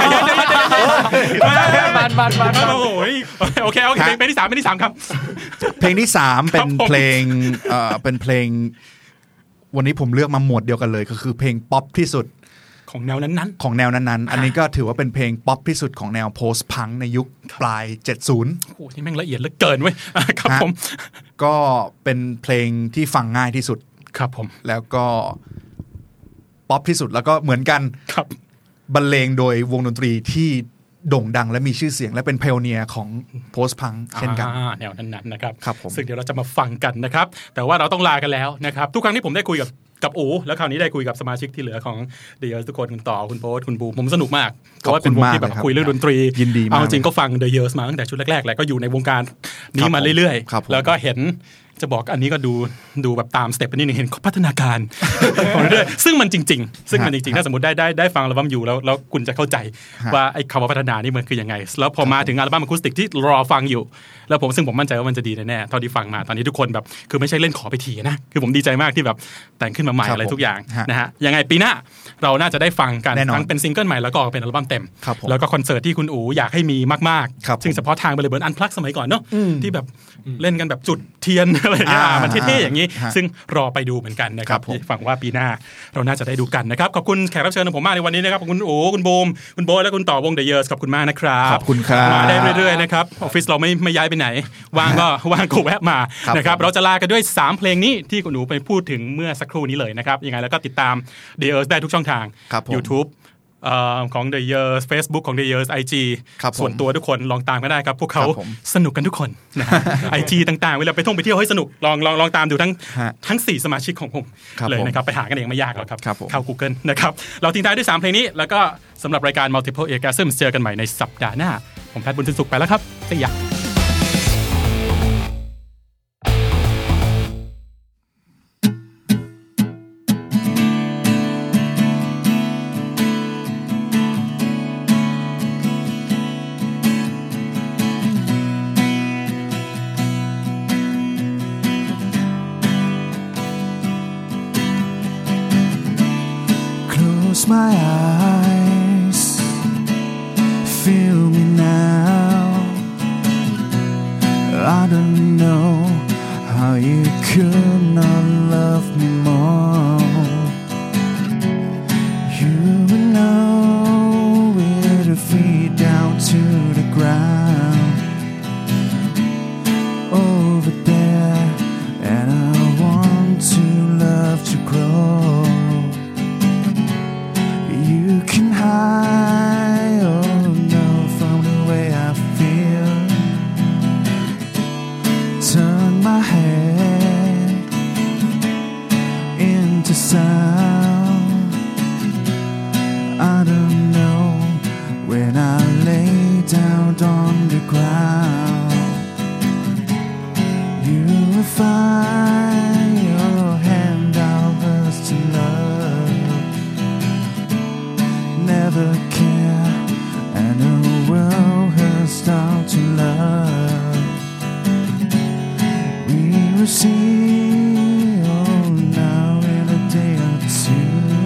โอเคเพลงที่3ครับเพลงที่3เป็นเพลงวันนี้ผมเลือกมาหมวดเดียวกันเลยก็คือเพลงป๊อปที่สุดของแนวนั้นอันนี้ก็ถือว่าเป็นเพลงป๊อปที่สุดของแนวโพสต์พังในยุคปลาย70 โอ้นี่แม่งละเอียดเหลือเกินเว้ยครับผมก็เป็นเพลงที่ฟังง่ายที่สุดครับผมแล้วก็ป๊อปที่สุดแล้วก็เหมือนกันครับบรรเลงโดยวงดนตรีที่โด่งดังและมีชื่อเสียงและเป็นไพโอเนียร์ของโพสต์พังเช่นกันแนวนั้นๆนะครับครับซึ่งเดี๋ยวเราจะมาฟังกันนะครับแต่ว่าเราต้องลากันแล้วนะครับทุกครั้งที่ผมได้คุยกับอู๋แล้วคราวนี้ได้คุยกับสมาชิกที่เหลือของThe Years ทุกคนคุณต่อคุณโบ๊ทคุณบูผมสนุกมากเพราะว่าเป็นวงที่แบบคุยเรื่องดนตรียินดีมากเอาจริงก็ฟัง The Years มาตั้งแต่ชุดแรกๆแหละก็อยู่ในวงการนี้มาเรื่อยๆแล้วก็เห็นจะบอกอันนี้ก็ดูแบบตามสเต็ปนิดนึงเห็นพัฒนาการเรื่อยๆซึ่งมันจริงๆถ้าสมมติได้ฟังอัลบั้มอยู่แล้วคุณจะเข้าใจว่าไอ้คำว่าพัฒนานี่มันคือยังไงแล้วพอมาถึงอัลบั้มอะคูสติกที่รอฟังอยู่แล้วซึ่งผมมั่นใจว่ามันจะดีแน่ๆเท่าที่ฟังมาตอนนี้ทุกคนแบบคือไม่ใช่เล่นขอไปทีนะคือผมดีใจมากที่แบบแต่งขึ้นมาใหม่อะไรทุกอย่างนะฮะยังไงปีหน้าเราน่าจะได้ฟังกันทั้งเป็นซิงเกิลใหม่แล้วก็เป็นอัลบั้มเต็มแล้วก็คอนเสิร์ตที่คุณอู๋อยากให้มีมากๆซึ่งเฉพาะทางไปเลยเหมือนอันพลักสมัยก่อนเนาะที่แบบเล่นกันแบบจุดเทียนอะไรมันเท่ๆอย่างนี้ซึ่งรอไปดูเหมือนกันนะครับฟังว่าปีหน้าเราน่าจะได้ดูกันนะครับขอบคุณแขกรับเชิญของผมมากในวันนี้นะครับขอบคุณโอ้คุณบูมคุณโบ๊ทและคุณต่อวง The Years ขอบคุณมากนะครับขอบคุณครับมาได้เรื่อยๆนะครับออฟฟิศเราไม่ย้ายไปไหนว่างก็แวะมานะครับเราจะลากันด้วย3เพลงนี้ที่คุณหนูไปพูดถึงเมื่อสักครู่นี้เลยนะครับยังไงแล้วก็ติดตาม The Years ได้ทุกช่องทาง YouTube ของ The Years Facebook ของ The Years IG ส่วนตัวทุกคนลองตามกันได้ครับพวกเขาสนุกกันทุกคนนะ IG ต่างๆเวลาไปท่องไปเที่ยวให้สนุกลองตามดูทั้ง4สมาชิกของผมเลยนะครับไปหากันเองไม่ยากหรอกครับเข้า Google นะครับเราทิ้งท้ายด้วย3เพลงนี้แล้วก็สำหรับรายการ Multiple Orgasms เจอกันใหม่ในสัปดาห์หน้าผมแพทย์บุญสินสุขไปแล้วครับสวัสดี Close my eyes, feel me now. I don't know how you could not love me more. You will know where to feet down to the ground. Over there, and I want to love to grow.You can hide, oh no, from the way I feel. Turn my head into sound. I don't know when I lay down on the ground. You will find your hand out hers to love.Never care, and the world has started to love. We will see, oh, now in a day or two.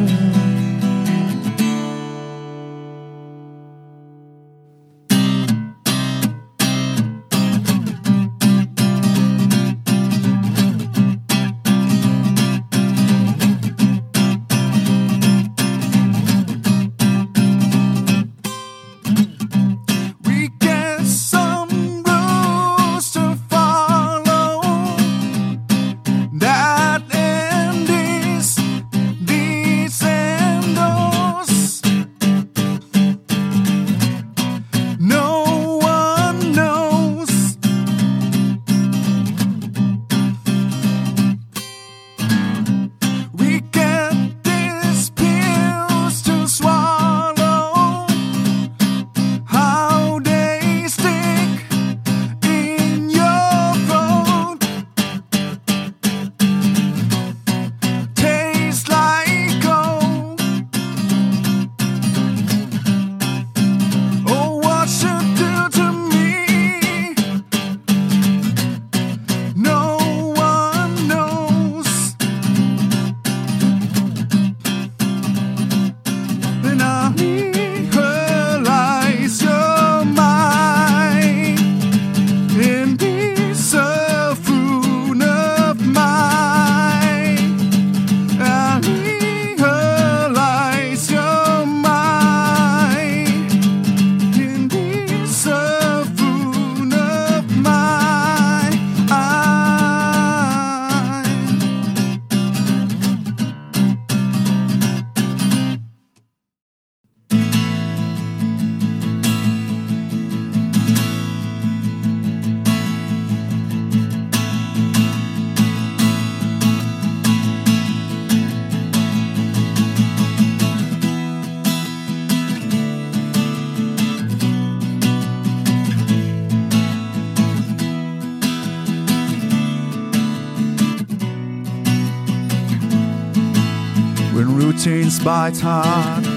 Routines bite hard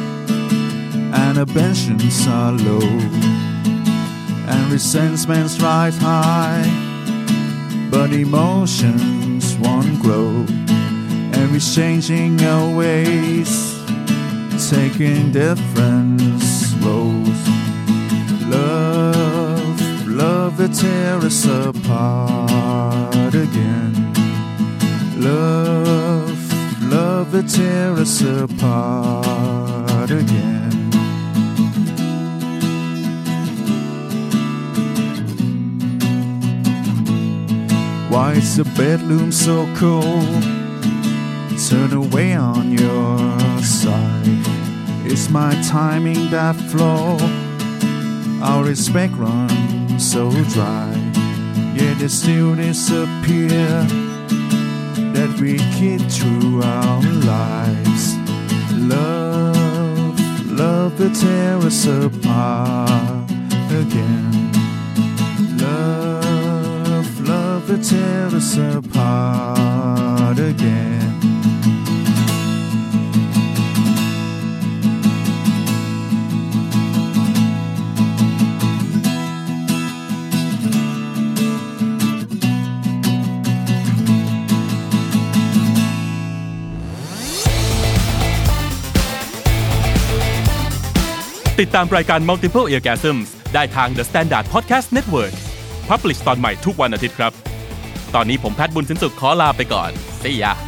and ambitions are low, and resentments rise high, but emotions won't grow. And we're changing our ways, taking different roads. Love that tear us apart again. Love that tear us apart again. Why is the bedroom so cold? Turn away on your side. It's my timing that flow. Our respect runs so dry, yet they still disappear. That we keep through our lives. Love will tear us apart again. Love will tear us apart again. ติดตามรายการ Multiple Orgasms ได้ทาง The Standard Podcast Network Publish ตอนใหม่ทุกวันอาทิตย์ครับตอนนี้ผมแพทย์บุญสินสุขขอลาไปก่อน See ya